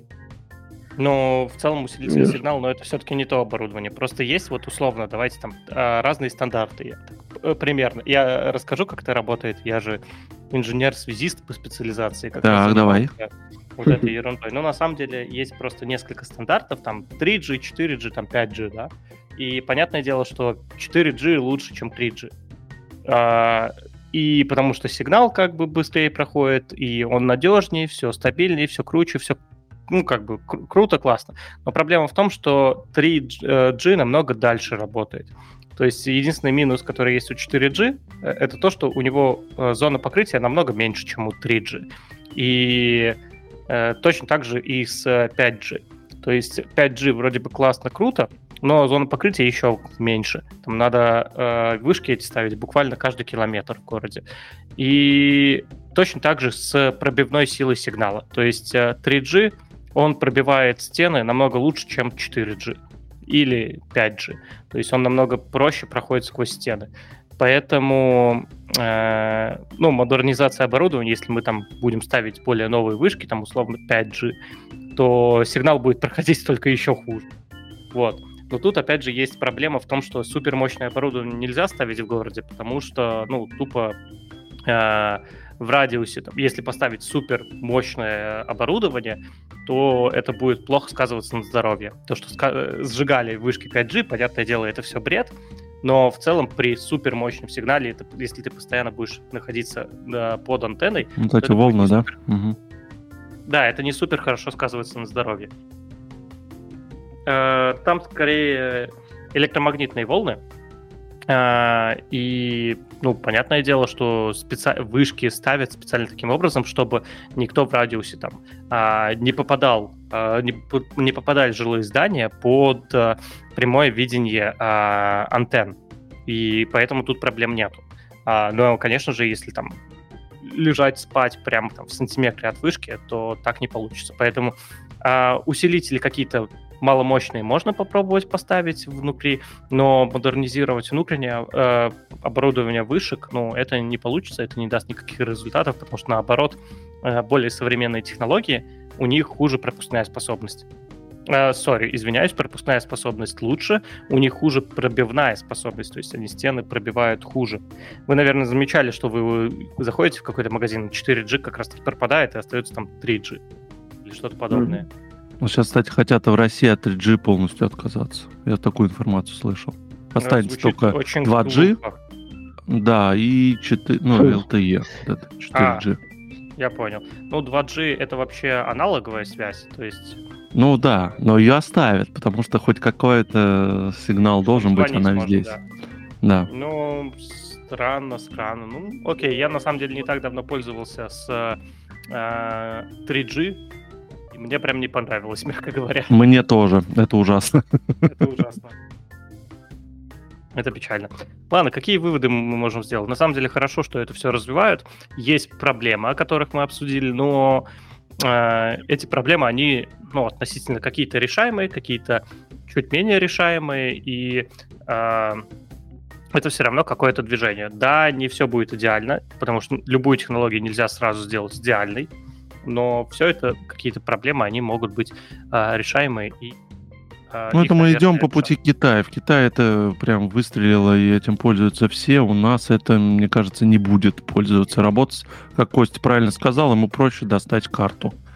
Но в целом усилитель Yes. сигнала, но это все-таки не то оборудование. Просто есть вот условно, давайте там разные стандарты. Я так, примерно. Я расскажу, как это работает. Я же инженер-связист по специализации. Как так, давай. Вот этой ерундой. Но на самом деле есть просто несколько стандартов. Там три джи, четыре джи, там пять джи, да. И понятное дело, что четыре джи лучше, чем три джи. А, и потому что сигнал как бы быстрее проходит, и он надежнее, все стабильнее, все круче, все ну, как бы кру- круто, классно. Но проблема в том, что три джи намного дальше работает. То есть единственный минус, который есть у четыре джи, это то, что у него зона покрытия намного меньше, чем у три джи. И э, точно так же и с пять джи. То есть пять джи вроде бы классно, круто, но зона покрытия еще меньше. Там надо э, вышки эти ставить буквально каждый километр в городе. И точно так же с пробивной силой сигнала. То есть э, три джи, он пробивает стены намного лучше, чем четыре джи или пять джи. То есть он намного проще проходит сквозь стены. Поэтому э, ну, модернизация оборудования, если мы там будем ставить более новые вышки, там условно пять джи, то сигнал будет проходить только еще хуже. Вот. Но тут, опять же, есть проблема в том, что супермощное оборудование нельзя ставить в городе, потому что, ну, тупо э, в радиусе, там, если поставить супермощное оборудование, то это будет плохо сказываться на здоровье. То, что ска- сжигали вышки пять джи, понятное дело, это все бред, но в целом при супермощном сигнале, это, если ты постоянно будешь находиться э, под антенной... Вот эти волны, да? Супер... Угу. Да, это не супер хорошо сказывается на здоровье. Там скорее электромагнитные волны. И, ну, понятное дело, что специ... вышки ставят специально таким образом, чтобы никто в радиусе там не попадал, не попадали жилые здания под прямое видение антенн. И поэтому тут проблем нету. Но, конечно же, если там лежать, спать прямо там в сантиметре от вышки, то так не получится. Поэтому усилители какие-то маломощные можно попробовать поставить внутри, но модернизировать внутреннее э, оборудование вышек, ну, это не получится, это не даст никаких результатов, потому что, наоборот, э, более современные технологии, у них хуже пропускная способность. Сори, э, извиняюсь, пропускная способность лучше, у них хуже пробивная способность, то есть они стены пробивают хуже. Вы, наверное, замечали, что вы заходите в какой-то магазин, четыре джи как раз-таки пропадает, и остается там три джи или что-то подобное. Mm-hmm. Ну, сейчас, кстати, хотят в России от три джи полностью отказаться. Я такую информацию слышал. Останется только два джи, глупо. Да, и четыре, ну, эл ти и, четыре джи. А, я понял. Ну, два джи это вообще аналоговая связь, то есть... Ну да, но ее оставят, потому что хоть какой-то сигнал должен быть, она можно, здесь. Да. да. Ну, странно, странно. Ну, окей, я на самом деле не так давно пользовался с э, три джи, мне прям не понравилось, мягко говоря. Мне тоже. Это ужасно. Это ужасно. Это печально. Ладно, какие выводы мы можем сделать? На самом деле хорошо, что это все развивают. Есть проблемы, о которых мы обсудили, но э, эти проблемы, они ну, относительно какие-то решаемые, какие-то чуть менее решаемые, и э, это все равно какое-то движение. Да, не все будет идеально, потому что любую технологию нельзя сразу сделать идеальной, но все это, какие-то проблемы, они могут быть а, решаемые. И, а, ну, их, это мы наверное, идем по пути Китая. В Китае это прям выстрелило, и этим пользуются все. У нас это, мне кажется, не будет пользоваться, работать. Как Костя правильно сказал, ему проще достать карту.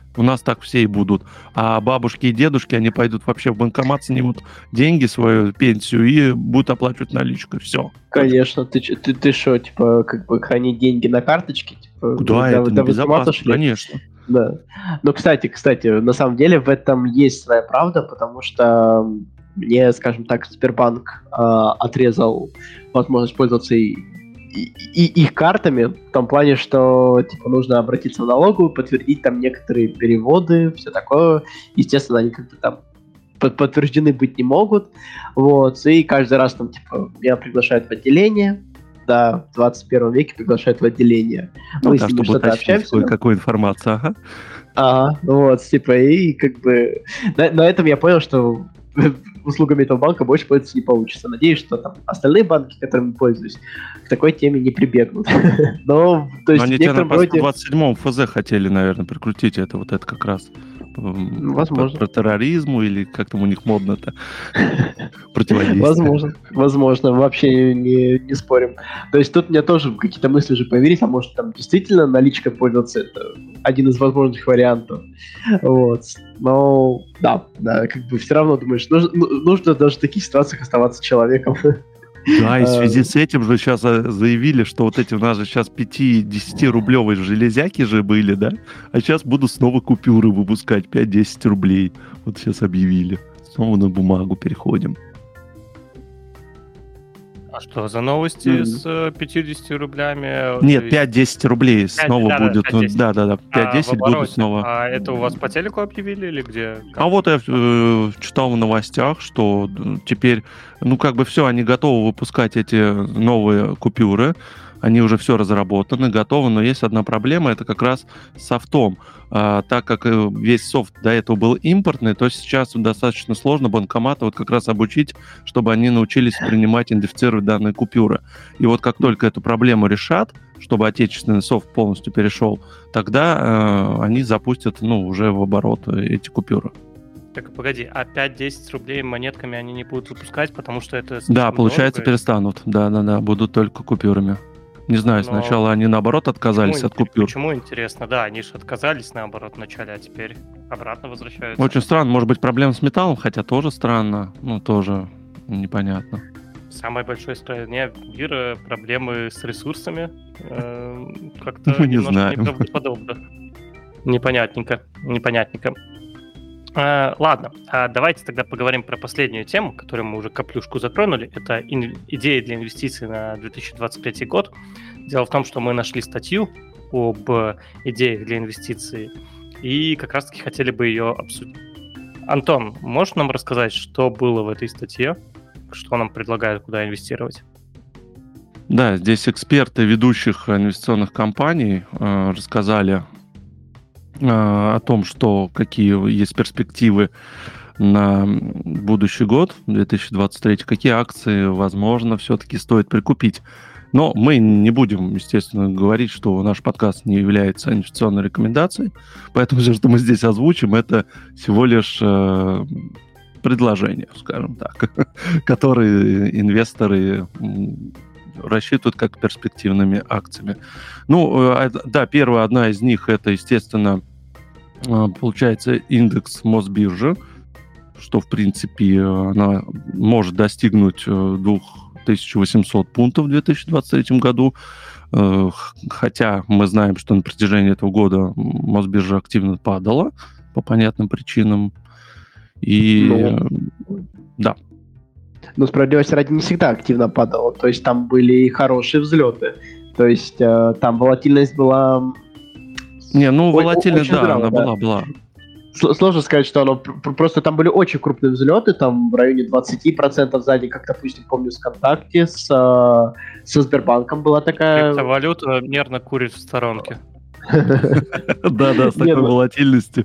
У нас так все и будут. А бабушки и дедушки, они пойдут вообще в банкомат, снимут деньги, свою пенсию и будут оплачивать наличкой. Все. Конечно. Ты ч- ты ты что, типа, как бы хранить деньги на карточке? Типа, Да, до- это до небезопасно, банкомата шли? конечно. Да. Ну, кстати, кстати, на самом деле в этом есть своя правда, потому что мне, скажем так, Сбербанк э, отрезал возможность пользоваться и, и- и их картами, в том плане, что типа нужно обратиться в налоговую, подтвердить там некоторые переводы, все такое. Естественно, они как-то там под- подтверждены быть не могут. Вот. И каждый раз там, типа, меня приглашают в отделение. Да, в двадцать первом веке приглашают в отделение. Ну Мы да, с ними чтобы что-то уточнить общаемся. кое-какую информацию. Ага. Ага, вот, типа, и как бы на, на этом я понял, что услугами этого банка больше пользоваться не получится. Надеюсь, что там остальные банки, которыми пользуюсь, к такой теме не прибегнут. Но, то Но есть, они в тебя на некотором роде... двадцать седьмом эф зэ хотели, наверное, прикрутить это вот это как раз. м, Возможно. Про, про терроризму или как там у них модно-то. Противодействие. Возможно, возможно, вообще не, не спорим. То есть тут у меня тоже какие-то мысли уже появились, а может там действительно наличкой пользоваться, это один из возможных вариантов. Вот. Но да, да, как бы все равно думаешь, нужно, ну, нужно даже в таких ситуациях оставаться человеком. Да, и в связи А, с этим же сейчас заявили, что вот эти у нас же сейчас пять-десятирублевые железяки же были, да? А сейчас будут снова купюры выпускать пять-десять рублей. Вот сейчас объявили. Снова на бумагу переходим. А что за новости Мгм. с э, пятьюдесятью рублями? Нет, То есть- пять-десять рублей снова да-да, будет. пять-десять. Да-да-да, А, в пять-десять будут обороте. снова. А это у вас по телеку объявили или где? А вот я э, читал в новостях, что э, теперь, ну, как бы все, они готовы выпускать эти новые купюры, они уже все разработаны, готовы, но есть одна проблема, это как раз с софтом. А, так как э, весь софт до этого был импортный, то сейчас достаточно сложно банкоматы вот как раз обучить, чтобы они научились принимать, идентифицировать данные купюры. И вот как только эту проблему решат, чтобы отечественный софт полностью перешел, тогда э, они запустят, ну, уже в оборот эти купюры. Так, погоди, а пять-десять рублей монетками они не будут выпускать, потому что это Да, слишком получается, дорого? перестанут. Да-да-да, будут только купюрами. Не знаю, Но сначала они наоборот отказались Почему, от купюр. почему интересно? Да, они же отказались наоборот вначале, а теперь обратно возвращаются. Очень странно, может быть, проблема с металлом, хотя тоже странно, ну, тоже непонятно. В самой большой стране мира проблемы с ресурсами. э, Как-то Мы не немножко знаем. неправдоподобно. Непонятненько, непонятненько. А, ладно, а давайте тогда поговорим про последнюю тему, которую мы уже каплюшку затронули. Это ин- идеи для инвестиций на две тысячи двадцать третий год. Дело в том, что мы нашли статью об идеях для инвестиций и как раз-таки хотели бы ее обсудить. Антон, можешь нам рассказать, что было в этой статье? Что нам предлагают, куда инвестировать? Да, здесь эксперты ведущих инвестиционных компаний э, рассказали э, о том, что какие есть перспективы на будущий год, две тысячи двадцать третий, какие акции, возможно, все-таки стоит прикупить. Но мы не будем, естественно, говорить, что наш подкаст не является инвестиционной рекомендацией, поэтому все, что мы здесь озвучим, это всего лишь э, предложение, скажем так, которые инвесторы м, рассчитывают как перспективными акциями. Ну, э, да, первая одна из них, это, естественно, э, получается индекс Мосбиржи, что, в принципе, она может достигнуть э, двух тысяч восемьсот пунктов в две тысячи двадцать третьем году, э, хотя мы знаем, что на протяжении этого года Мосбиржа активно падала по понятным причинам. И Ну. э, да. Но справедливости ради не всегда активно падало. То есть там были и хорошие взлеты. То есть э, там волатильность была... Не, ну, Ой, волатильность, очень да, здраво, она да. была, была. С- Сложно сказать, что оно... пр- Просто там были очень крупные взлеты, там в районе двадцать процентов за день, как, допустим, помню, с ВКонтакте, с, э, со Сбербанком была такая... Криптовалюта нервно курит в сторонке. Да-да, с Нет, такой ну- волатильностью.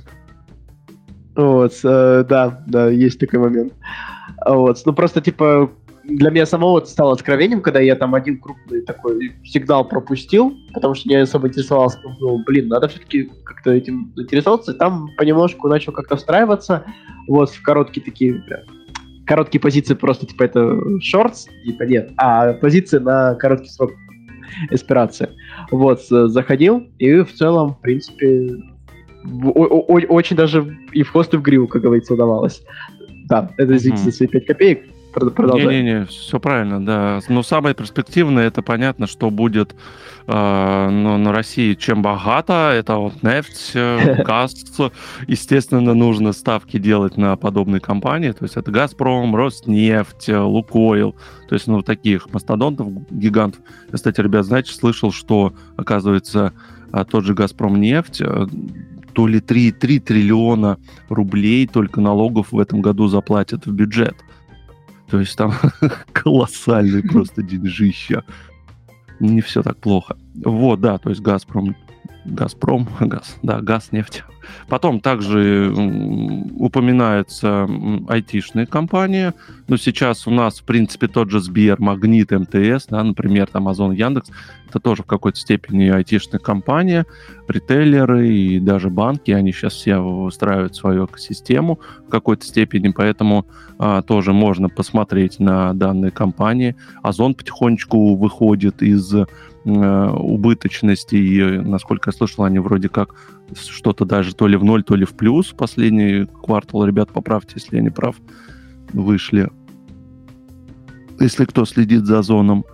Вот, э, да, да, есть такой момент. Вот, ну просто, типа, для меня самого это стало откровением, когда я там один крупный такой сигнал пропустил, потому что не особо интересовался, ну, блин, надо все-таки как-то этим интересоваться, и там понемножку начал как-то встраиваться, вот, в короткие такие, прям, короткие позиции просто, типа, это шортс, типа, нет, а позиции на короткий срок экспирации. Вот, э, заходил, и в целом, в принципе, очень даже и в хвост, и в гриву, как говорится, удавалось. Да, это, извините, за свои пять копеек. Продолжаем. Не-не-не, все правильно, да. Но самое перспективное, это понятно, что будет э, ну, на России чем богато. Это вот нефть, газ. Естественно, нужно ставки делать на подобные компании. То есть это «Газпром», «Роснефть», «Лукойл». То есть, ну, таких мастодонтов, гигантов. Я, кстати, ребят, знаете, слышал, что, оказывается, тот же «Газпромнефть» то ли три триллиона рублей только налогов в этом году заплатят в бюджет. То есть там колоссальные просто деньжища. Не все так плохо. Вот, да, то есть «Газпром», «Газпром», газ, да, газ, нефть. Потом также упоминаются айтишные компании. Но сейчас у нас, в принципе, тот же Сбер, Магнит, МТС, да, например, там Озон, Яндекс. Это тоже в какой-то степени айтишные компании, ритейлеры и даже банки. Они сейчас все выстраивают свою экосистему в какой-то степени, поэтому а, тоже можно посмотреть на данные компании. Озон потихонечку выходит из а, убыточности, и, насколько я слышал, они вроде как что-то даже то ли в ноль, то ли в плюс. Последний квартал, ребят, поправьте, если я не прав, вышли. Если кто следит за Озоном.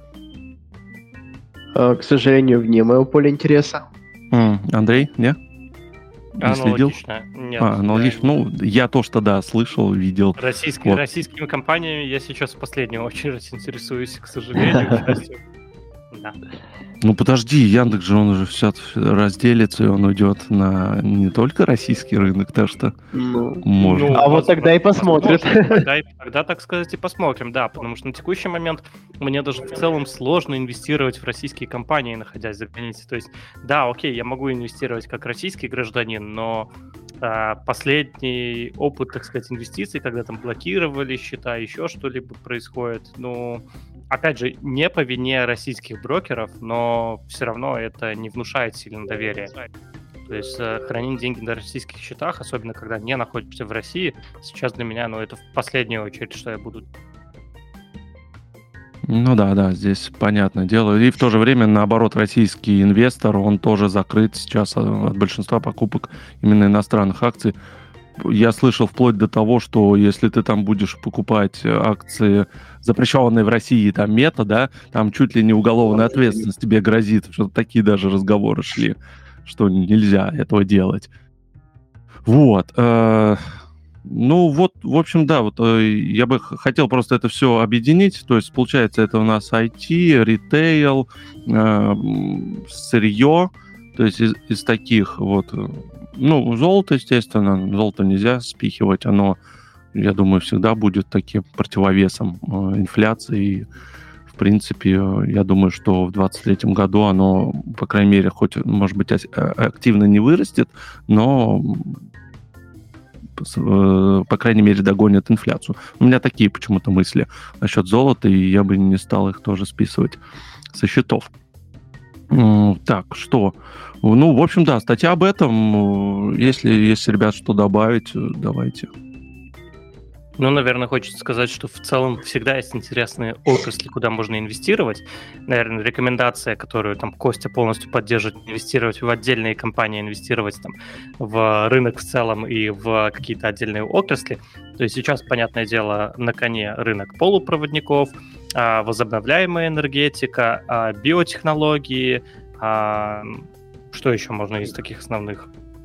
К сожалению, вне моего поля интереса. Mm, Андрей, не? Не следил? Нет. А, аналогично. Я... Ну, я то, что, да, слышал, видел. Российские, вот. Российскими компаниями я сейчас в последнюю очередь интересуюсь, к сожалению, к счастью. Да. Ну, подожди, Яндекс же, он уже все разделится, и он уйдет на не только российский рынок, так что ну, можно. Ну, а вот тогда и посмотрят. Тогда, тогда, так сказать, и посмотрим, да, потому что на текущий момент мне даже в целом сложно инвестировать в российские компании, находясь за границей. То есть, да, окей, я могу инвестировать как российский гражданин, но а, последний опыт, так сказать, инвестиций, когда там блокировали счета, еще что-либо происходит, ну... Опять же, не по вине российских брокеров, но все равно это не внушает сильно доверия. То есть э, хранить деньги на российских счетах, особенно когда не находишься в России, сейчас для меня, ну, это в последнюю очередь, что я буду. Ну да, да, здесь понятное дело. И в то же время, наоборот, российский инвестор, он тоже закрыт сейчас от большинства покупок именно иностранных акций. Я слышал вплоть до того, что если ты там будешь покупать акции, запрещенные в России, там, Мета, да, там чуть ли не уголовная ответственность тебе грозит, что такие даже разговоры шли, что нельзя этого делать. Вот. Э, ну, вот, в общем, да, вот э, я бы хотел просто это все объединить. То есть, получается, это у нас ай ти, ритейл, э, сырье, то есть из, из таких вот... Ну, золото, естественно, золото нельзя спихивать, оно, я думаю, всегда будет таким противовесом э, инфляции. И, в принципе, я думаю, что в двадцать третьем году оно, по крайней мере, хоть, может быть, активно не вырастет, но, э, по крайней мере, догонит инфляцию. У меня такие почему-то мысли насчет золота, и я бы не стал их тоже списывать со счетов. Так, что? Ну, в общем, да, статья об этом. Если есть, ребят, что добавить, давайте. Ну, наверное, хочется сказать, что в целом всегда есть интересные отрасли, куда можно инвестировать. Наверное, рекомендация, которую там Костя полностью поддерживает, инвестировать в отдельные компании, инвестировать там в рынок в целом и в какие-то отдельные отрасли. То есть сейчас, понятное дело, на коне рынок полупроводников, возобновляемая энергетика, биотехнологии. Что еще можно из таких основных?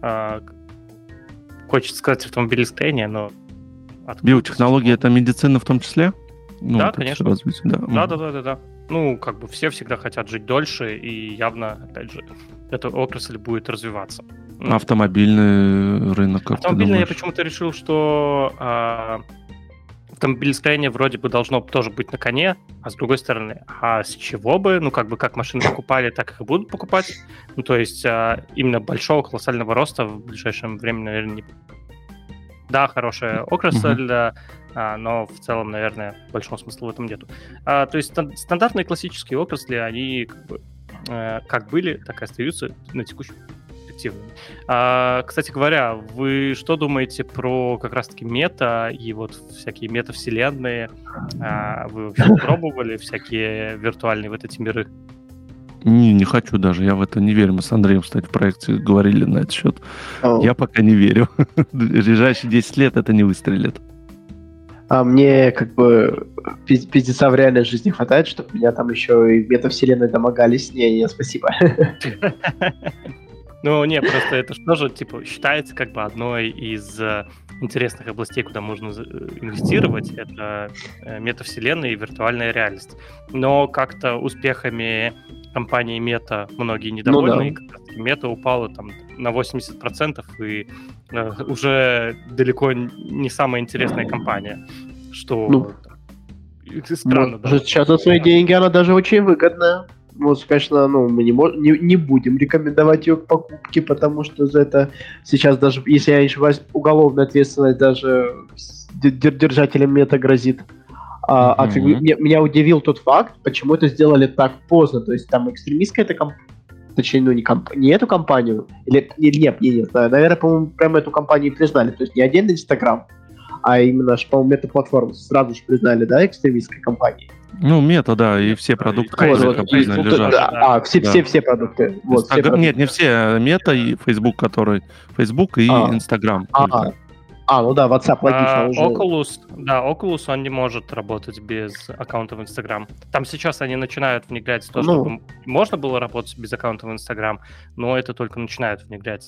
Хочется сказать автомобилестроение, но... Откуда биотехнологии — это медицина в том числе? Ну, да, конечно. Развитие, да. Да, да, да, да, да. Ну, как бы все всегда хотят жить дольше, и явно, опять же, эта отрасль будет развиваться. Автомобильный рынок, как Автомобильный я почему-то решил, что а, автомобилестроение вроде бы должно тоже быть на коне, а с другой стороны, а с чего бы? Ну, как бы как машины покупали, так их и будут покупать. Ну, то есть а, именно большого колоссального роста в ближайшем времени, наверное, не будет. Да, хорошая отрасль, uh-huh. а, но в целом, наверное, большого смысла в этом нету. А, то есть стандартные классические отрасли, они как бы, э, как были, так и остаются на текущий перспективными. А, кстати говоря, вы что думаете про как раз-таки мета и вот всякие метавселенные? А, вы вообще пробовали всякие виртуальные вот эти миры? Не, не хочу даже, я в это не верю. Мы с Андреем, кстати, в проекте говорили на этот счет. О. Я пока не верю. В ближайшие десять лет это не выстрелит. А мне как бы пиз- пиздеца в реальной жизни хватает, чтобы меня там еще и метавселенной домогались. Не, не, спасибо. Ну, не, просто это что же, типа, считается как бы одной из э, интересных областей, куда можно за- э, инвестировать. Это э, метавселенная и виртуальная реальность. Но как-то успехами компании Мета многие недовольны. Ну да. И как раз таки Мета упала там на восемьдесят процентов и э, уже далеко н- не самая интересная компания. Что Ну, э, странно, да. Может, сейчас за свои деньги она даже очень выгодная. Вот, конечно, ну, мы не, мож- не, не будем рекомендовать ее к покупке, потому что за это сейчас даже, если я не ошибаюсь, уголовная ответственность даже с- дер- держателям мета грозит. А, а как бы Мгм. меня, меня удивил тот факт, почему это сделали так поздно. То есть там экстремистская эта компания, точнее, ну не, комп- не эту компанию, или, или нет, не, нет, да, наверное, по-моему, прямо эту компанию и признали. То есть не отдельно Инстаграм, а именно, ж, по-моему, мета-платформу сразу же признали, да, экстремистской компанией. Ну, мета, да, и все продукты Facebook, тоже Вот, как вот, бы и- Facebook лежат. да, да. а, все, Да. все, все продукты. Вот, все Инстаграм- продукты. Нет, не все. Мета и Facebook, который... Facebook и А. Инстаграм. А, только. а, ну да, WhatsApp логично А, уже. Oculus, да, Oculus, он не может работать без аккаунта в Instagram. Там сейчас они начинают внедрять то, Ну. чтобы можно было работать без аккаунта в Instagram, но это только начинают внедрять.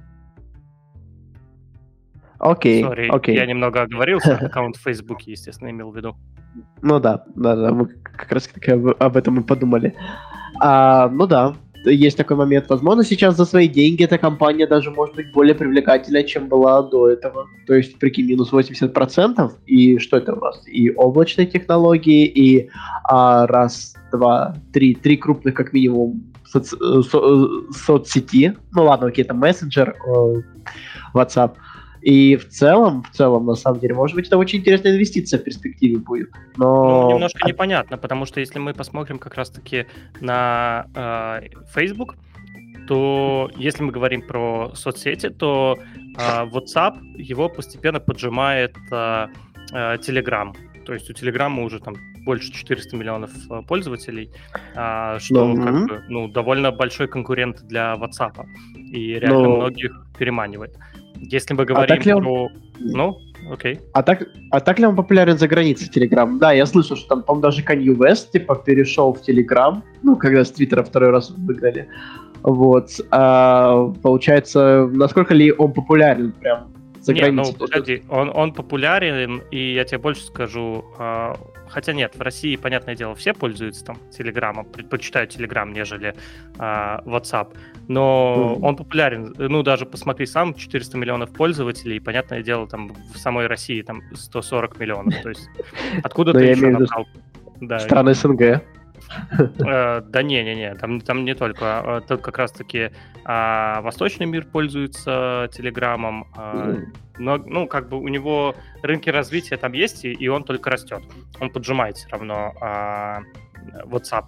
Окей, Сори, окей. я немного оговорился. Аккаунт в Фейсбуке, естественно, имел в виду. Ну да, да, да, мы как раз таки об, об этом и подумали. А, ну да, есть такой момент. Возможно, сейчас за свои деньги эта компания даже может быть более привлекательной, чем была до этого. То есть, прикинь, минус восемьдесят процентов. И что это у нас? И облачные технологии, и а, раз, два, три, три крупных, как минимум, соц- со- соцсети. Ну ладно, окей, там мессенджер, э, WhatsApp. И в целом, в целом, на самом деле, может быть, это очень интересная инвестиция в перспективе будет. Но... Ну, немножко непонятно, потому что если мы посмотрим как раз-таки на э, Facebook, то если мы говорим про соцсети, то э, WhatsApp его постепенно поджимает э, э, Telegram. То есть у Telegram уже там больше четыреста миллионов э, пользователей, э, что Ну, как мгм. бы, ну, довольно большой конкурент для WhatsApp. И реально Но- многих переманивает. Если мы говорим так ли он- про... Ну, окей. А так, а так ли он популярен за границей, Telegram? Да, я слышал, что там, по-моему, даже Kanye West, типа, перешел в Telegram, ну, когда с Твиттера второй раз выгнали. Вот. А, получается, насколько ли он популярен прям за Не, границей? ну То есть, погоди, он, он популярен, и я тебе больше скажу, а, хотя нет, в России, понятное дело, все пользуются там Телеграмом, предпочитают Телеграм, нежели а, WhatsApp, но Мгм. он популярен, ну даже посмотри сам, четыреста миллионов пользователей, и, понятное дело, там в самой России там сто сорок миллионов, то есть откуда Ну, ты я еще имею в виду набрал? Да, страны СНГ. Э, Да не-не-не, там, там не только. а, Тут как раз-таки а, восточный мир пользуется Телеграмом. а, Мгм. но, ну, как бы у него рынки развития там есть, и, и он только растет. Он поджимает все равно а, WhatsApp.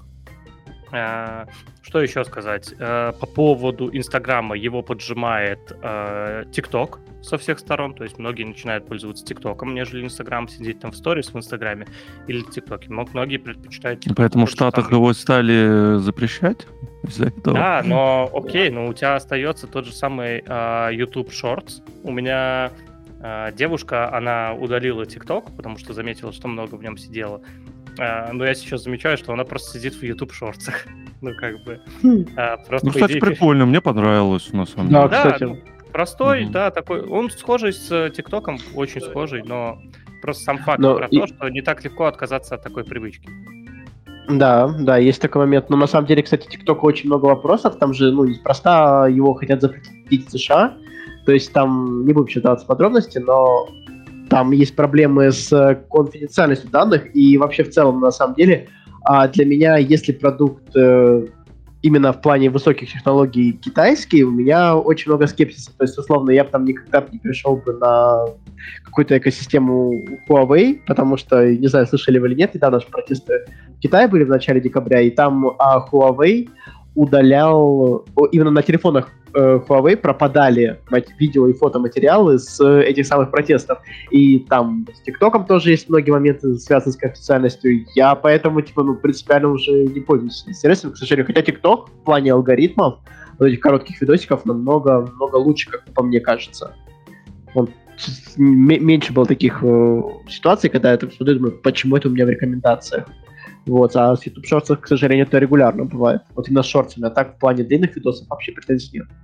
А, Что еще сказать? Э, По поводу Инстаграма его поджимает э, TikTok со всех сторон, то есть многие начинают пользоваться ТикТоком, нежели Инстаграм, сидеть там в сторис в Инстаграме или ТикТоке. Многие предпочитают TikTok. Поэтому в Тот же Штатах самый. его стали запрещать из-за этого. Да, но окей, но у тебя остается тот же самый а, YouTube Shorts. У меня а, девушка, она удалила TikTok, потому что заметила, что много в нем сидела. А, но я сейчас замечаю, что она просто сидит в YouTube Shorts. Ну, как бы... а, просто, Ну, по кстати, идее, прикольно, мне понравилось, на самом Да, деле. Да, кстати. ну, простой, Мгм. да, такой. Он схожий с ТикТоком, очень схожий, но просто сам факт Но про и- то, что не так легко отказаться от такой привычки. Да, да, есть такой момент. Но на самом деле, кстати, TikTok очень много вопросов. Там же, ну, неспроста его хотят запретить в США. То есть там, не будем сейчас даваться в подробности, но там есть проблемы с э, конфиденциальностью данных. И вообще в целом, на самом деле, а, для меня, если продукт э, именно в плане высоких технологий китайский, у меня очень много скепсиса. То есть, условно, я бы там никогда бы не пришел бы на какую-то экосистему Huawei, потому что, не знаю, слышали вы или нет, недавно же протесты в Китае были в начале декабря, и там а, Huawei удалял, о, именно на телефонах э, Huawei пропадали видео и фотоматериалы с этих самых протестов. И там с ТикТоком тоже есть многие моменты, связанные с конфиденциальностью. Я поэтому, типа, ну, принципиально уже не пользуюсь сервисом, к сожалению. Хотя ТикТок в плане алгоритмов, вот этих коротких видосиков, намного, намного лучше, как по мне кажется. Он, м- меньше было таких э, ситуаций, когда я так смотрю, думаю, почему это у меня в рекомендациях. Вот, а с YouTube Shorts, к сожалению, это регулярно бывает. Вот именно с шортами, а так в плане длинных видосов вообще претензий нет.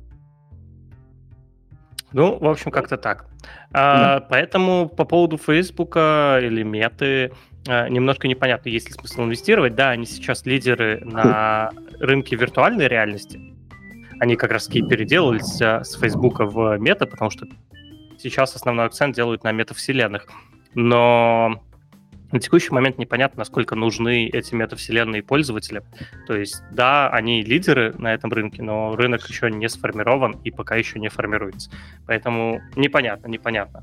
Ну, в общем, как-то так. А, да. Поэтому по поводу Фейсбука или Меты а, немножко непонятно, есть ли смысл инвестировать. Да, они сейчас лидеры на рынке виртуальной реальности. Они как раз-таки переделались с Фейсбука в Мета, потому что сейчас основной акцент делают на метавселенных. Но на текущий момент непонятно, насколько нужны эти метавселенные пользователи. То есть, да, они лидеры на этом рынке, но рынок еще не сформирован и пока еще не формируется. Поэтому непонятно, непонятно.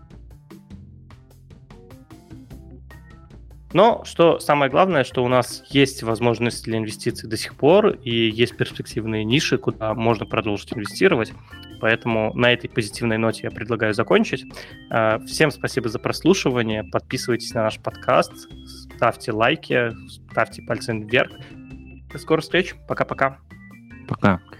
Но что самое главное, что у нас есть возможность для инвестиций до сих пор, и есть перспективные ниши, куда можно продолжить инвестировать. Поэтому на этой позитивной ноте я предлагаю закончить. Всем спасибо за прослушивание. Подписывайтесь на наш подкаст, ставьте лайки, ставьте пальцы вверх. До скорых встреч. Пока-пока. Пока.